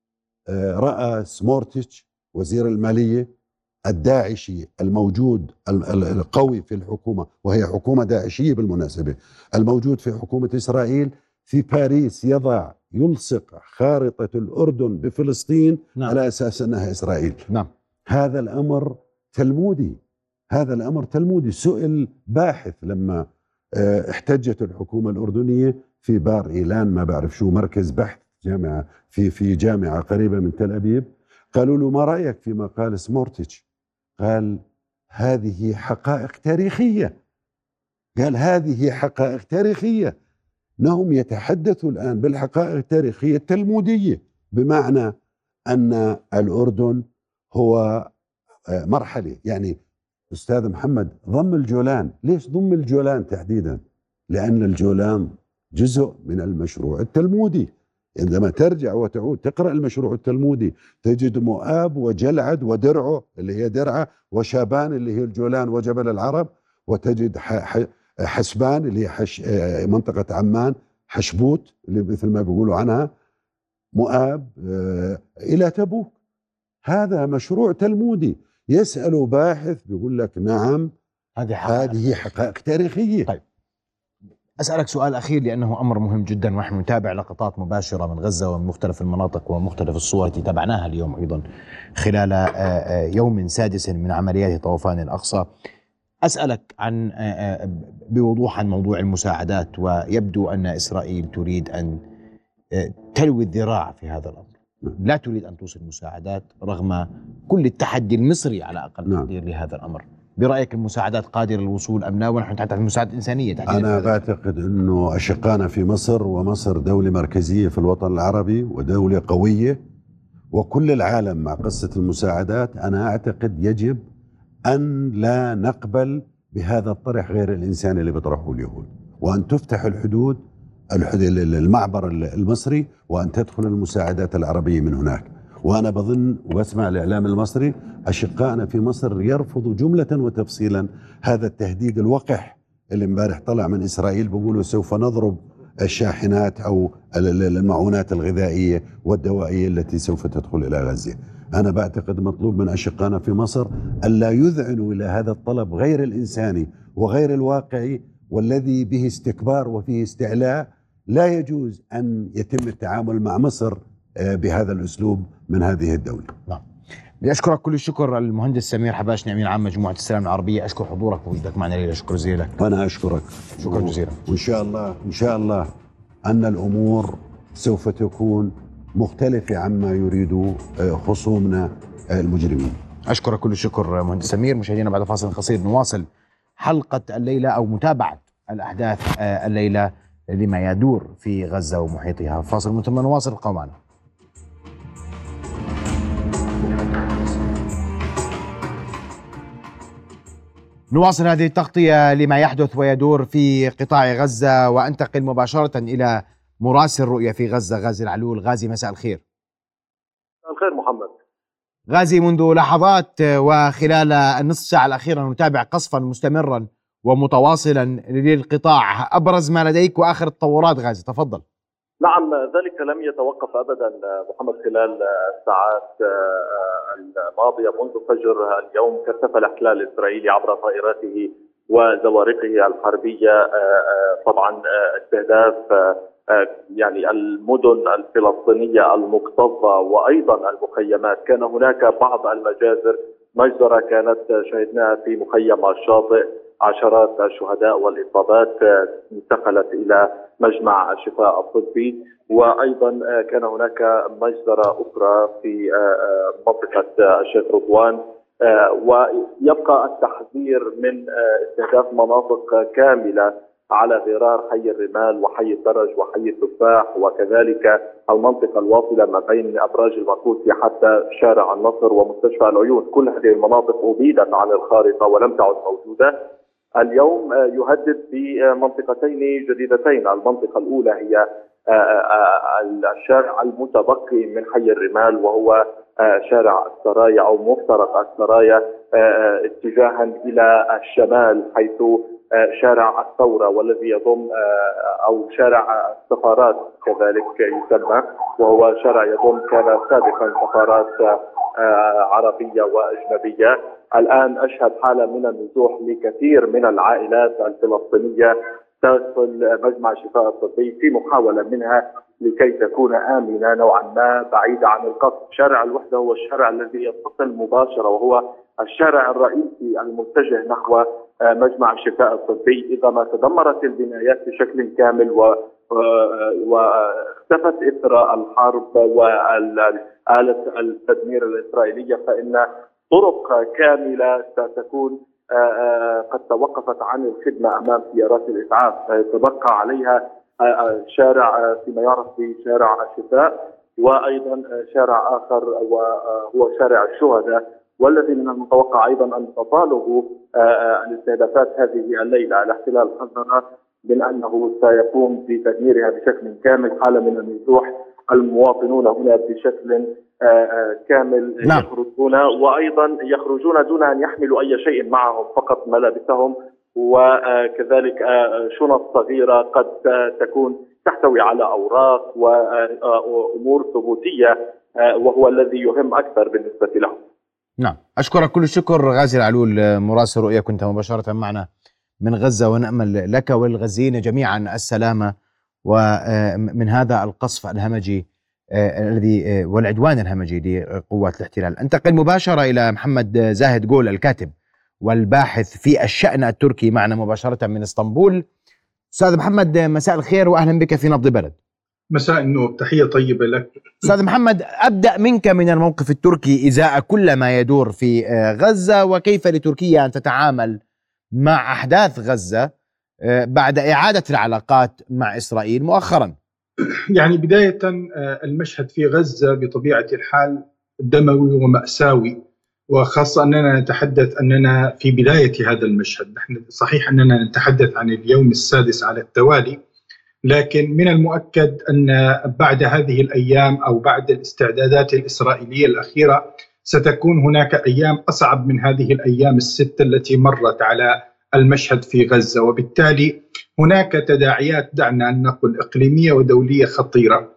رأى سموتريتش وزير المالية الداعشي الموجود القوي في الحكومة، وهي حكومة داعشية بالمناسبة، الموجود في حكومة إسرائيل في باريس، يلصق خارطة الأردن بفلسطين. نعم. على أساس أنها إسرائيل. نعم. هذا الأمر تلمودي، هذا الأمر تلمودي. سئل باحث لما احتجت الحكومة الأردنية في بار إيلان، ما بعرف شو، مركز بحث جامعة في جامعة قريبة من تل أبيب، قالوا له ما رأيك فيما قال سموتريتش؟ قال هذه حقائق تاريخية. قال هذه حقائق تاريخية. انهم يتحدثوا الآن بالحقائق التاريخية التلمودية، بمعنى أن الأردن هو مرحلة. يعني أستاذ محمد، ضم الجولان، ليش ضم الجولان تحديدا؟ لأن الجولان جزء من المشروع التلمودي. عندما ترجع وتعود تقرأ المشروع التلمودي تجد مؤاب وجلعد ودرعه اللي هي درعة، وشابان اللي هي الجولان وجبل العرب، وتجد حسبان اللي هي منطقة عمان، حشبوت اللي مثل ما بيقولوا عنها، مؤاب إلى تبوك. هذا مشروع تلمودي. يسأل باحث بيقول لك نعم هذه حقائق تاريخية. طيب أسألك سؤال أخير، لأنه أمر مهم جدا، ونحن نتابع لقطات مباشرة من غزة ومن مختلف المناطق ومختلف الصور التي تابعناها اليوم أيضا خلال يوم سادس من عمليات طوفان الأقصى. أسألك بوضوح عن موضوع المساعدات، ويبدو أن إسرائيل تريد أن تلوي الذراع في هذا الأمر، لا تريد أن توصل مساعدات رغم كل التحدي المصري على أقل تقدير لهذا الأمر. برأيك المساعدات قادرة للوصول أم لا؟ ونحن نتحدث عن المساعدات الإنسانية تحديدا. أنا بعتقد أنه أشقائنا في مصر، ومصر دولة مركزية في الوطن العربي ودولة قوية، وكل العالم مع قصة المساعدات. أنا أعتقد يجب أن لا نقبل بهذا الطرح غير الإنساني اللي بيطرحه اليهود، وأن تفتح الحدود المعبر المصري، وأن تدخل المساعدات العربية من هناك. وأنا بظن وبسمع الإعلام المصري أشقائنا في مصر يرفضوا جملة وتفصيلا هذا التهديد الوقح اللي امبارح طلع من إسرائيل، بيقولوا سوف نضرب الشاحنات أو المعونات الغذائية والدوائية التي سوف تدخل إلى غزة. أنا بعتقد مطلوب من أشقائنا في مصر ألا يذعنوا إلى هذا الطلب غير الإنساني وغير الواقعي، والذي به استكبار وفيه استعلاء. لا يجوز أن يتم التعامل مع مصر بهذا الأسلوب من هذه الدولة. نعم. بدي أشكرك كل الشكر المهندس سمير حباشني، أمين عام مجموعة السلام العربية. أشكر حضورك ووجودك معنا ليلة. شكرا جزيلا لك. وأنا أشكرك شكرا جزيلا. وإن شاء الله أن الأمور سوف تكون مختلفة عما يريد خصومنا المجرمين. أشكرك كل الشكر مهندس سمير. مشاهدينا بعد فاصل قصير نواصل حلقة الليلة أو متابعة الأحداث الليلة لما يدور في غزة ومحيطها. فاصل من ثم نواصل، ابقوا معنا. نواصل هذه التغطية لما يحدث ويدور في قطاع غزة، وأنتقل مباشرة إلى مراسل رؤية في غزة غازي العلول. غازي مساء الخير. مساء الخير محمد. غازي، منذ لحظات وخلال النصف ساعة الأخيرة نتابع قصفا مستمرا ومتواصلا للقطاع. أبرز ما لديك وآخر التطورات غازي، تفضل. نعم، ذلك لم يتوقف أبدا محمد. خلال الساعات الماضية منذ فجر اليوم كثف الاحتلال الإسرائيلي عبر طائراته وزوارقه الحربية طبعا استهداف يعني المدن الفلسطينية المكتظة وأيضا المخيمات. كان هناك بعض المجازر مجزرة كانت شهدناها في مخيم الشاطئ، عشرات الشهداء والإصابات انتقلت إلى مجمع الشفاء الطبي. وأيضا كان هناك مجزرة أخرى في منطقة الشيخ رضوان. ويبقى التحذير من استهداف مناطق كاملة على غرار حي الرمال وحي الدرج وحي التفاح، وكذلك المنطقة الواصلة ما بين أبراج المركوسي حتى شارع النصر ومستشفى العيون. كل هذه المناطق أبيدت عن الخارطة ولم تعد موجودة. اليوم يهدد في منطقتين جديدتين. المنطقة الأولى هي الشارع المتبقي من حي الرمال، وهو شارع السرايا أو مفترق السرايا اتجاها إلى الشمال، حيث شارع الثورة والذي يضم أو شارع السفارات كذلك يسمى، وهو شارع يضم كان سابقا سفارات عربية وأجنبية. الآن أشهد حالة من النزوح لكثير من العائلات الفلسطينية تدخل مجمع الشفاء الطبي في محاولة منها لكي تكون آمنة نوعا ما بعيدة عن القصف. شارع الوحدة هو الشارع الذي يتصل مباشرة، وهو الشارع الرئيسي المتجه نحو مجمع الشفاء الطبي. إذا ما تدمرت البنايات بشكل كامل واختفت إثر الحرب وآلة التدمير الإسرائيلية، فإن طرق كاملة ستكون قد توقفت عن الخدمة أمام سيارات الإسعاف. تبقى عليها شارع فيما يعرف بشارع الشفاء، وأيضا شارع آخر وهو شارع الشهداء، والذي من المتوقع أيضا أن تطاله الاستهدافات هذه الليلة. الاحتلال حذر من أنه سيقوم بتدميرها بشكل كامل. حالة من النزوح، المواطنون هنا بشكل كامل يخرجون، وأيضا يخرجون دون أن يحملوا أي شيء معهم، فقط ملابسهم وكذلك شنط صغيرة قد تكون تحتوي على أوراق وأمور ثبوتية، وهو الذي يهم أكثر بالنسبة لهم. نعم، أشكرك كل الشكر غازي العلول، مراسل رؤيا، كنت مباشرة معنا من غزة، ونأمل لك والغزيين جميعا السلامة ومن هذا القصف الهمجي الذي والعدوان الهمجي لقوات الاحتلال. انتقل مباشرة إلى محمد زاهد جول، الكاتب والباحث في الشأن التركي، معنا مباشرة من اسطنبول. أستاذ محمد، مساء الخير وأهلا بك في نبض بلد. مساء النور، تحية طيبة لك. أستاذ محمد، أبدأ منك من الموقف التركي إزاء كل ما يدور في غزة، وكيف لتركيا أن تتعامل مع أحداث غزة بعد إعادة العلاقات مع إسرائيل مؤخرا. يعني بداية المشهد في غزة بطبيعة الحال دموي ومأساوي، وخاصة أننا نتحدث أننا في بداية هذا المشهد. نحن صحيح أننا نتحدث عن اليوم السادس على التوالي، لكن من المؤكد أن بعد هذه الأيام أو بعد الاستعدادات الإسرائيلية الأخيرة ستكون هناك أيام أصعب من هذه الأيام الست التي مرت على المشهد في غزة، وبالتالي هناك تداعيات، دعنا أن نقول إقليمية ودولية خطيرة.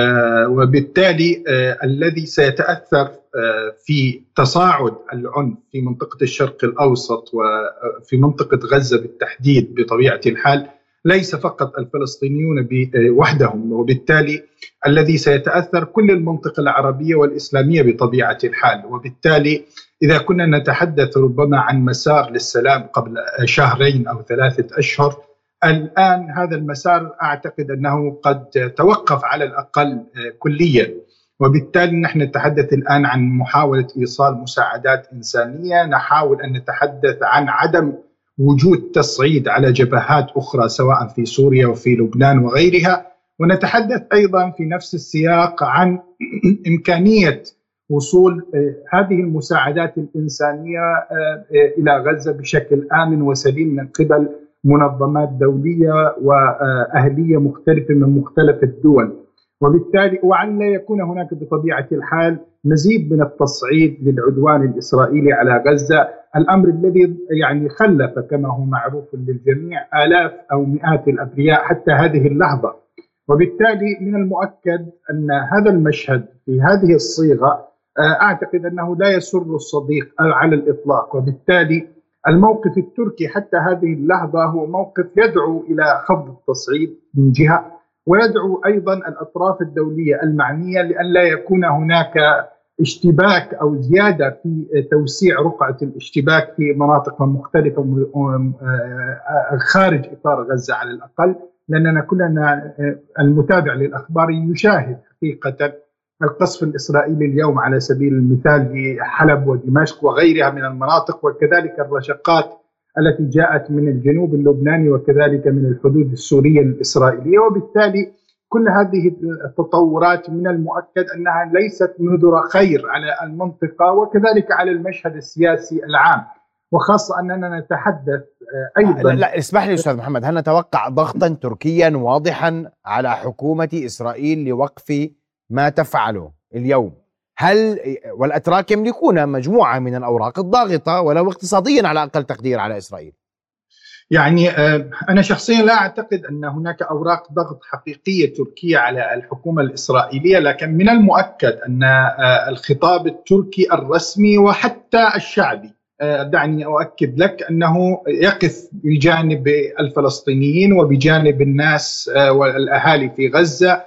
وبالتالي الذي سيتأثر في تصاعد العنف في منطقة الشرق الأوسط وفي منطقة غزة بالتحديد بطبيعة الحال ليس فقط الفلسطينيون وحدهم، وبالتالي الذي سيتأثر كل المنطقة العربية والإسلامية بطبيعة الحال. وبالتالي إذا كنا نتحدث ربما عن مسار للسلام قبل شهرين أو 3 أشهر، الآن هذا المسار أعتقد أنه قد توقف على الأقل كليا، وبالتالي نحن نتحدث الآن عن محاولة إيصال مساعدات إنسانية، نحاول أن نتحدث عن عدم وجود تصعيد على جبهات أخرى سواء في سوريا وفي لبنان وغيرها، ونتحدث أيضا في نفس السياق عن إمكانية وصول هذه المساعدات الإنسانية إلى غزة بشكل آمن وسليم من قبل منظمات دولية وأهلية مختلفة من مختلف الدول. وبالتالي وعن لا يكون هناك بطبيعة الحال مزيد من التصعيد للعدوان الإسرائيلي على غزة، الأمر الذي يعني خلف كما هو معروف للجميع آلاف أو مئات الأبرياء حتى هذه اللحظة. وبالتالي من المؤكد أن هذا المشهد في هذه الصيغة أعتقد أنه لا يسر الصديق على الإطلاق، وبالتالي الموقف التركي حتى هذه اللحظة هو موقف يدعو إلى خفض التصعيد من جهة، ويدعو أيضا الأطراف الدولية المعنية لأن لا يكون هناك اشتباك أو زيادة في توسيع رقعة الاشتباك في مناطق مختلفة خارج إطار غزة على الأقل، لأننا كلنا المتابع للأخبار يشاهد حقيقة القصف الإسرائيلي اليوم على سبيل المثال لحلب ودمشق وغيرها من المناطق، وكذلك الرشقات التي جاءت من الجنوب اللبناني وكذلك من الحدود السورية الإسرائيلية. وبالتالي كل هذه التطورات من المؤكد أنها ليست نذر خير على المنطقة وكذلك على المشهد السياسي العام، وخاصة أننا نتحدث أيضا لا اسمح لي أستاذ محمد، هل نتوقع ضغطا تركيا واضحا على حكومة إسرائيل لوقف ما تفعله اليوم؟ هل والأتراك يملكون مجموعة من الأوراق الضاغطة ولو اقتصاديا على أقل تقدير على إسرائيل؟ يعني أنا شخصيا لا أعتقد أن هناك أوراق ضغط حقيقية تركية على الحكومة الإسرائيلية، لكن من المؤكد أن الخطاب التركي الرسمي وحتى الشعبي، دعني أؤكد لك أنه يقف بجانب الفلسطينيين وبجانب الناس والأهالي في غزة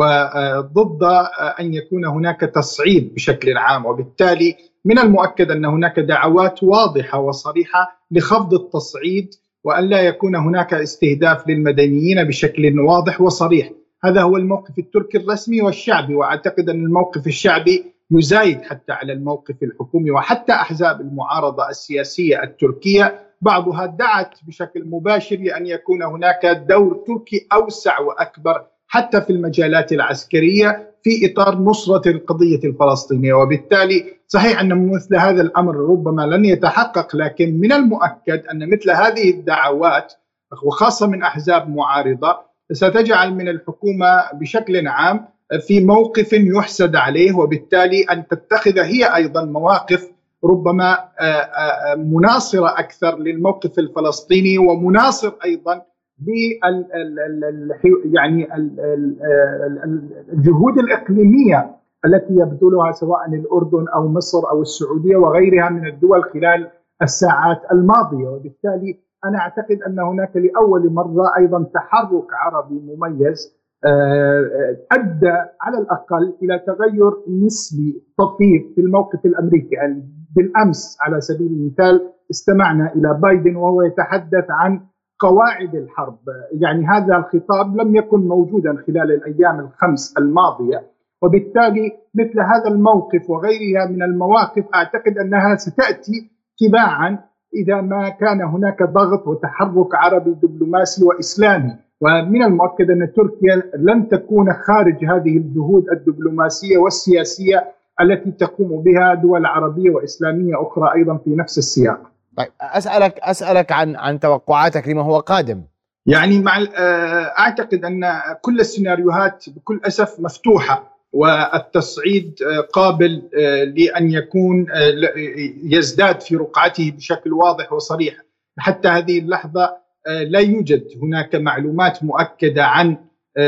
وضد أن يكون هناك تصعيد بشكل عام. وبالتالي من المؤكد أن هناك دعوات واضحة وصريحة لخفض التصعيد وأن لا يكون هناك استهداف للمدنيين بشكل واضح وصريح. هذا هو الموقف التركي الرسمي والشعبي، وأعتقد أن الموقف الشعبي يزايد حتى على الموقف الحكومي، وحتى أحزاب المعارضة السياسية التركية بعضها دعت بشكل مباشر لأن يكون هناك دور تركي أوسع وأكبر حتى في المجالات العسكرية في إطار نصرة القضية الفلسطينية. وبالتالي صحيح أن مثل هذا الأمر ربما لن يتحقق، لكن من المؤكد أن مثل هذه الدعوات وخاصة من أحزاب معارضة ستجعل من الحكومة بشكل عام في موقف يحسد عليه، وبالتالي أن تتخذ هي أيضا مواقف ربما مناصرة أكثر للموقف الفلسطيني ومناصر أيضا يعني الجهود الإقليمية التي يبذلها سواء الأردن أو مصر أو السعودية وغيرها من الدول خلال الساعات الماضية. وبالتالي أنا أعتقد أن هناك لأول مرة أيضا تحرك عربي مميز أدى على الأقل إلى تغير نسبي طفيف في الموقف الأمريكي. يعني بالأمس على سبيل المثال استمعنا إلى بايدن وهو يتحدث عن قواعد الحرب، يعني هذا الخطاب لم يكن موجودا خلال الأيام الخمس الماضية. وبالتالي مثل هذا الموقف وغيرها من المواقف أعتقد أنها ستأتي تباعا إذا ما كان هناك ضغط وتحرك عربي دبلوماسي وإسلامي. ومن المؤكد أن تركيا لن تكون خارج هذه الجهود الدبلوماسية والسياسية التي تقوم بها دول عربية وإسلامية أخرى أيضا في نفس السياق. طيب أسألك عن توقعاتك لما هو قادم. يعني أعتقد أن كل السيناريوهات بكل أسف مفتوحة، والتصعيد قابل لأن يكون يزداد في رقعته بشكل واضح وصريح. حتى هذه اللحظة لا يوجد هناك معلومات مؤكدة عن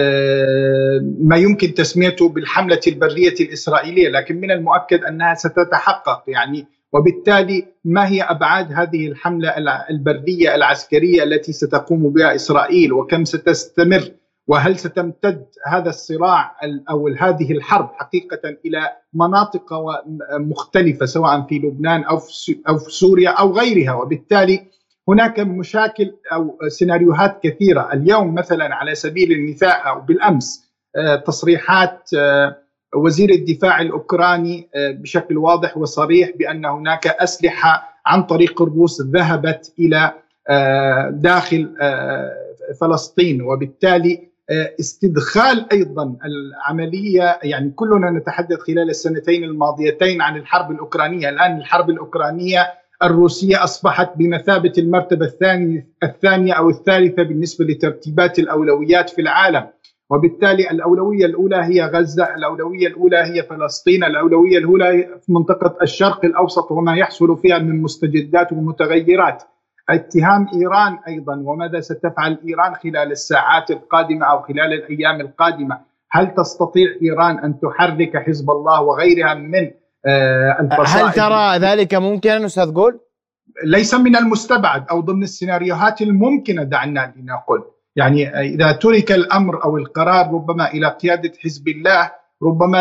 ما يمكن تسميته بالحملة البرية الإسرائيلية، لكن من المؤكد أنها ستتحقق. يعني وبالتالي ما هي أبعاد هذه الحملة البرية العسكرية التي ستقوم بها إسرائيل، وكم ستستمر، وهل ستمتد هذا الصراع أو هذه الحرب حقيقة إلى مناطق مختلفة سواء في لبنان أو في سوريا أو غيرها. وبالتالي هناك مشاكل أو سيناريوهات كثيرة. اليوم مثلا على سبيل المثال أو بالأمس تصريحات وزير الدفاع الأوكراني بشكل واضح وصريح بأن هناك أسلحة عن طريق الروس ذهبت إلى داخل فلسطين. وبالتالي استدخال أيضا العملية، يعني كلنا نتحدث خلال السنتين الماضيتين عن الحرب الأوكرانية، الآن الحرب الأوكرانية الروسية أصبحت بمثابة المرتبة الثانية أو الثالثة بالنسبة لترتيبات الأولويات في العالم. وبالتالي الأولوية الأولى هي غزة، الأولوية الأولى هي فلسطين، الأولوية الأولى في منطقة الشرق الأوسط وما يحصل فيها من مستجدات ومتغيرات. اتهام إيران أيضا، وماذا ستفعل إيران خلال الساعات القادمة أو خلال الأيام القادمة؟ هل تستطيع إيران أن تحرك حزب الله وغيرها من الفصائل؟ هل ترى ذلك ممكنا أستاذ جول؟ ليس من المستبعد أو ضمن السيناريوهات الممكنة، دعنا لنقول. يعني إذا ترك الأمر أو القرار ربما إلى قيادة حزب الله ربما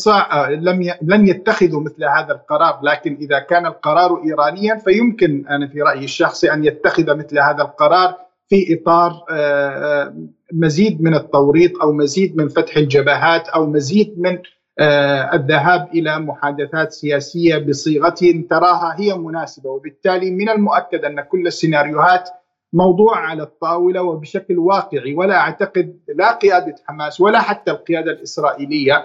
لن يتخذوا مثل هذا القرار، لكن إذا كان القرار إيرانيا فيمكن أنا في رأيي الشخصي أن يتخذ مثل هذا القرار في إطار مزيد من التوريط أو مزيد من فتح الجبهات أو مزيد من الذهاب إلى محادثات سياسية بصيغة تراها هي مناسبة. وبالتالي من المؤكد أن كل السيناريوهات موضوع على الطاولة وبشكل واقعي، ولا أعتقد لا قيادة حماس ولا حتى القيادة الإسرائيلية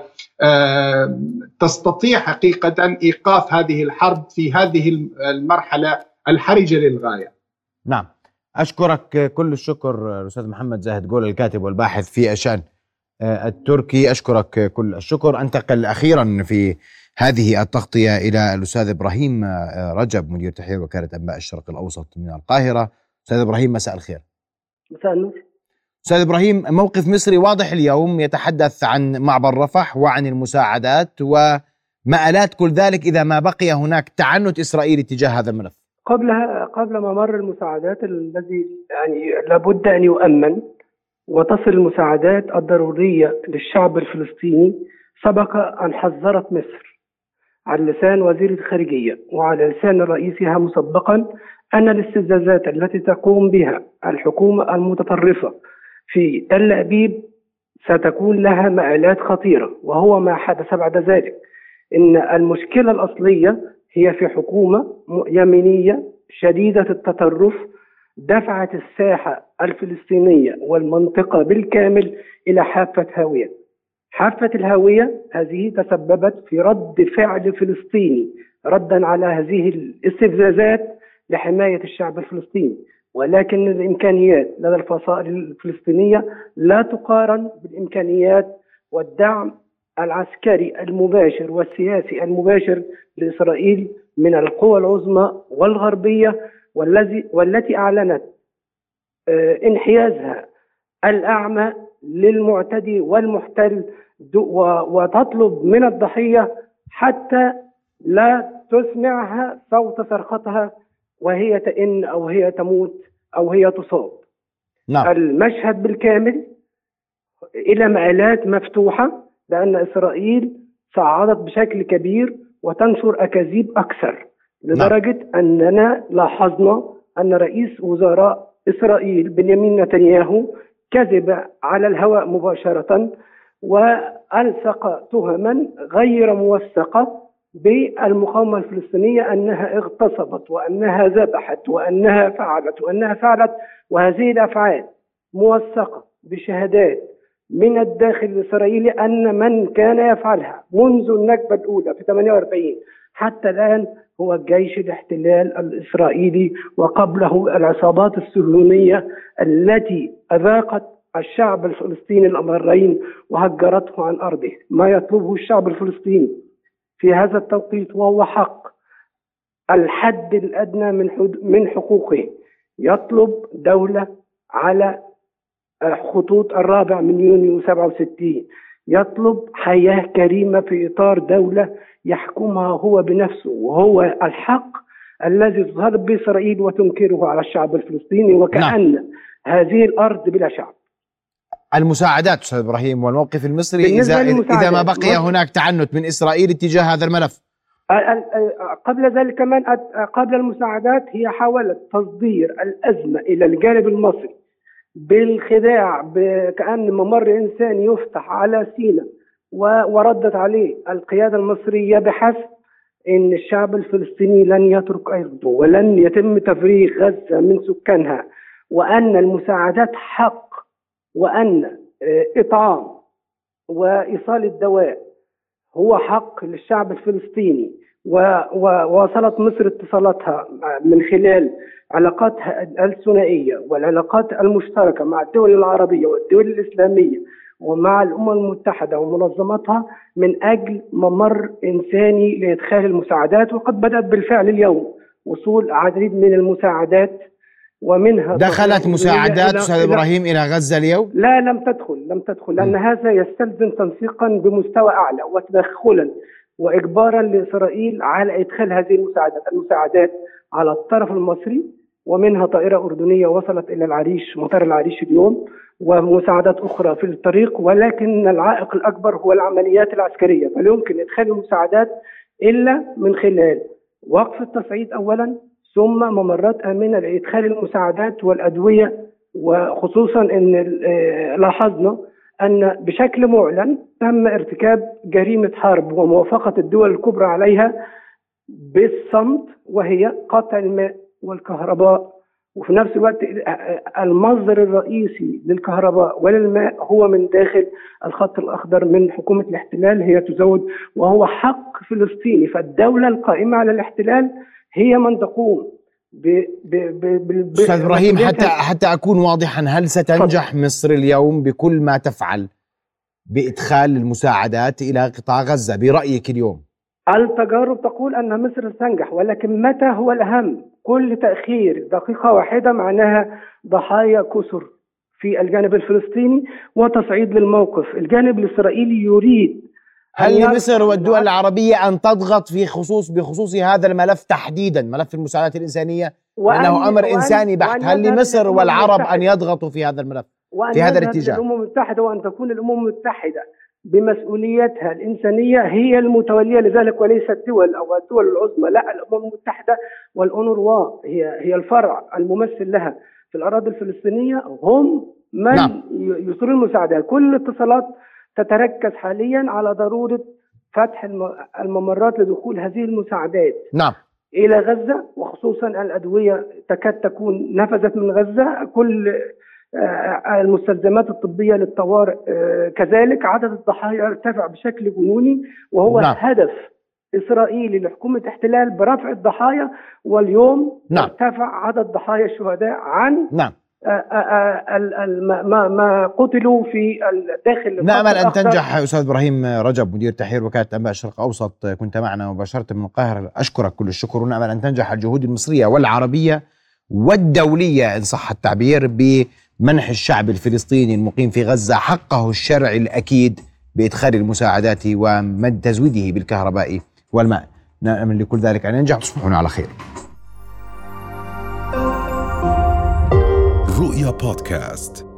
تستطيع حقيقة إيقاف هذه الحرب في هذه المرحلة الحرجة للغاية. نعم، أشكرك كل الشكر الأستاذ محمد زاهد جول، الكاتب والباحث في الشأن التركي. أشكرك كل الشكر. أنتقل أخيرا في هذه التغطية إلى الأستاذ إبراهيم رجب، مدير تحرير وكالة أنباء الشرق الأوسط من القاهرة. أستاذ إبراهيم، مساء الخير. مساء النور. أستاذ إبراهيم، موقف مصري واضح اليوم يتحدث عن معبر رفح وعن المساعدات ومآلات كل ذلك إذا ما بقي هناك تعنت إسرائيلي تجاه هذا الملف. قبل ممر المساعدات الذي لابد أن يؤمن وتصل المساعدات الضرورية للشعب الفلسطيني، سبق أن حذرت مصر على لسان وزير الخارجية وعلى لسان رئيسها مسبقا أن الاستفزازات التي تقوم بها الحكومة المتطرفة في تل أبيب ستكون لها مآلات خطيرة، وهو ما حدث بعد ذلك. إن المشكلة الأصلية هي في حكومة يمينية شديدة التطرف دفعت الساحة الفلسطينية والمنطقة بالكامل إلى حافة هاوية. حافة الهاوية هذه تسببت في رد فعل فلسطيني ردا على هذه الاستفزازات لحماية الشعب الفلسطيني، ولكن الإمكانيات لدى الفصائل الفلسطينية لا تقارن بالإمكانيات والدعم العسكري المباشر والسياسي المباشر لإسرائيل من القوى العظمى والغربية، والتي أعلنت انحيازها الأعمى للمعتدي والمحتل، وتطلب من الضحية حتى لا تسمعها صوت صرختها وهي تئن أو هي تموت أو هي تصاب. نعم. المشهد بالكامل إلى مآلات مفتوحة، لأن إسرائيل صعدت بشكل كبير وتنشر أكاذيب أكثر، لدرجة أننا لاحظنا أن رئيس وزراء إسرائيل بنيامين نتنياهو كذب على الهواء مباشرة وألصق تهما غير موثقة بالمقاومة الفلسطينية أنها اغتصبت وأنها ذبحت وأنها فعلت، وهذه الأفعال موثقة بشهادات من الداخل الإسرائيلي أن من كان يفعلها منذ النكبة الأولى في 48 حتى الآن هو الجيش الاحتلال الإسرائيلي، وقبله العصابات الصهيونية التي أذاقت الشعب الفلسطيني الأمرين وهجرته عن أرضه. ما يطلبه الشعب الفلسطيني في هذا التوقيت وهو حق الحد الأدنى من حقوقه، يطلب دولة على خطوط 4 من يونيو 67، يطلب حياة كريمة في إطار دولة يحكمها هو بنفسه، وهو الحق الذي تظهر بإسرائيل وتنكره على الشعب الفلسطيني وكأن هذه الأرض بلا شعب. المساعدات أستاذ إبراهيم والموقف المصري إذا ما بقي هناك تعنت من إسرائيل اتجاه هذا الملف. قبل ذلك كمان، قبل المساعدات هي حاولت تصدير الأزمة إلى الجانب المصري بالخداع كأن ممر إنساني يفتح على سيناء، وردت عليه القيادة المصرية بحث إن الشعب الفلسطيني لن يترك أرضه ولن يتم تفريغ غزة من سكانها، وأن المساعدات حق، وأن إطعام وإيصال الدواء هو حق للشعب الفلسطيني. وواصلت مصر اتصالاتها من خلال علاقاتها الثنائية والعلاقات المشتركة مع الدول العربية والدول الإسلامية ومع الأمم المتحدة ومنظماتها من أجل ممر إنساني لإدخال المساعدات، وقد بدأت بالفعل اليوم وصول عديد من المساعدات، ومنها دخلت مساعدات أستاذ إبراهيم إلى غزة اليوم؟ لا، لم تدخل لأن هذا يستلزم تنسيقا بمستوى أعلى وتدخلا وإجبارا لإسرائيل على إدخال هذه المساعدات على الطرف المصري ومنها طائرة أردنية وصلت إلى العريش، مطار العريش اليوم، ومساعدات أخرى في الطريق، ولكن العائق الأكبر هو العمليات العسكرية. فلا يمكن إدخال المساعدات إلا من خلال وقف التصعيد أولا، ثم ممرات آمنة لإدخال المساعدات والأدوية. وخصوصا أن لاحظنا أن بشكل معلن تم ارتكاب جريمة حرب وموافقة الدول الكبرى عليها بالصمت، وهي قطع الماء والكهرباء. وفي نفس الوقت المصدر الرئيسي للكهرباء وللماء هو من داخل الخط الأخضر من حكومة الاحتلال، هي تزود، وهو حق فلسطيني. فالدولة القائمة على الاحتلال هي من تقوم أستاذ إبراهيم، حتى أكون واضحا، هل ستنجح مصر اليوم بكل ما تفعل بإدخال المساعدات إلى قطاع غزة برأيك اليوم؟ التجارب تقول أن مصر ستنجح، ولكن متى هو الأهم. كل تأخير دقيقة واحدة معناها ضحايا كثر في الجانب الفلسطيني وتصعيد للموقف. الجانب الإسرائيلي يريد. هل لمصر والدول العربية أن تضغط بخصوص هذا الملف تحديدا، ملف المساعدات الإنسانية، لأنه أمر إنساني بحت؟ هل لمصر والعرب أن يضغطوا في هذا الملف في هذا الاتجاه؟ الأمم المتحدة، وأن تكون الأمم المتحدة بمسؤوليتها الإنسانية هي المتولية لذلك، وليس الدول أو الدول العظمى. لا، الأمم المتحدة والأونروا هي الفرع الممثل لها في الأراضي الفلسطينية، هم من يصرون المساعدة. كل الاتصالات تتركز حاليا على ضرورة فتح الممرات لدخول هذه المساعدات إلى غزة، وخصوصا الأدوية تكاد تكون نفذت من غزة، كل المستلزمات الطبية للطوارئ كذلك. عدد الضحايا ارتفع بشكل جنوني، وهو هدف إسرائيلي لحكومة احتلال برفع الضحايا. واليوم ارتفع عدد ضحايا الشهداء عن ما قتلوا في داخل. نأمل أن تنجح. أستاذ إبراهيم رجب، مدير تحرير وكالة أنباء الشرق الأوسط، كنت معنا مباشرة من القاهرة. أشكرك كل الشكر، ونأمل أن تنجح الجهود المصرية والعربية والدولية إن صح التعبير بمنح الشعب الفلسطيني المقيم في غزة حقه الشرعي الأكيد بإدخال المساعدات ومد تزويده بالكهرباء والماء. نأمل لكل ذلك أن ينجح. تصبحون على خير. رؤيا بودكاست.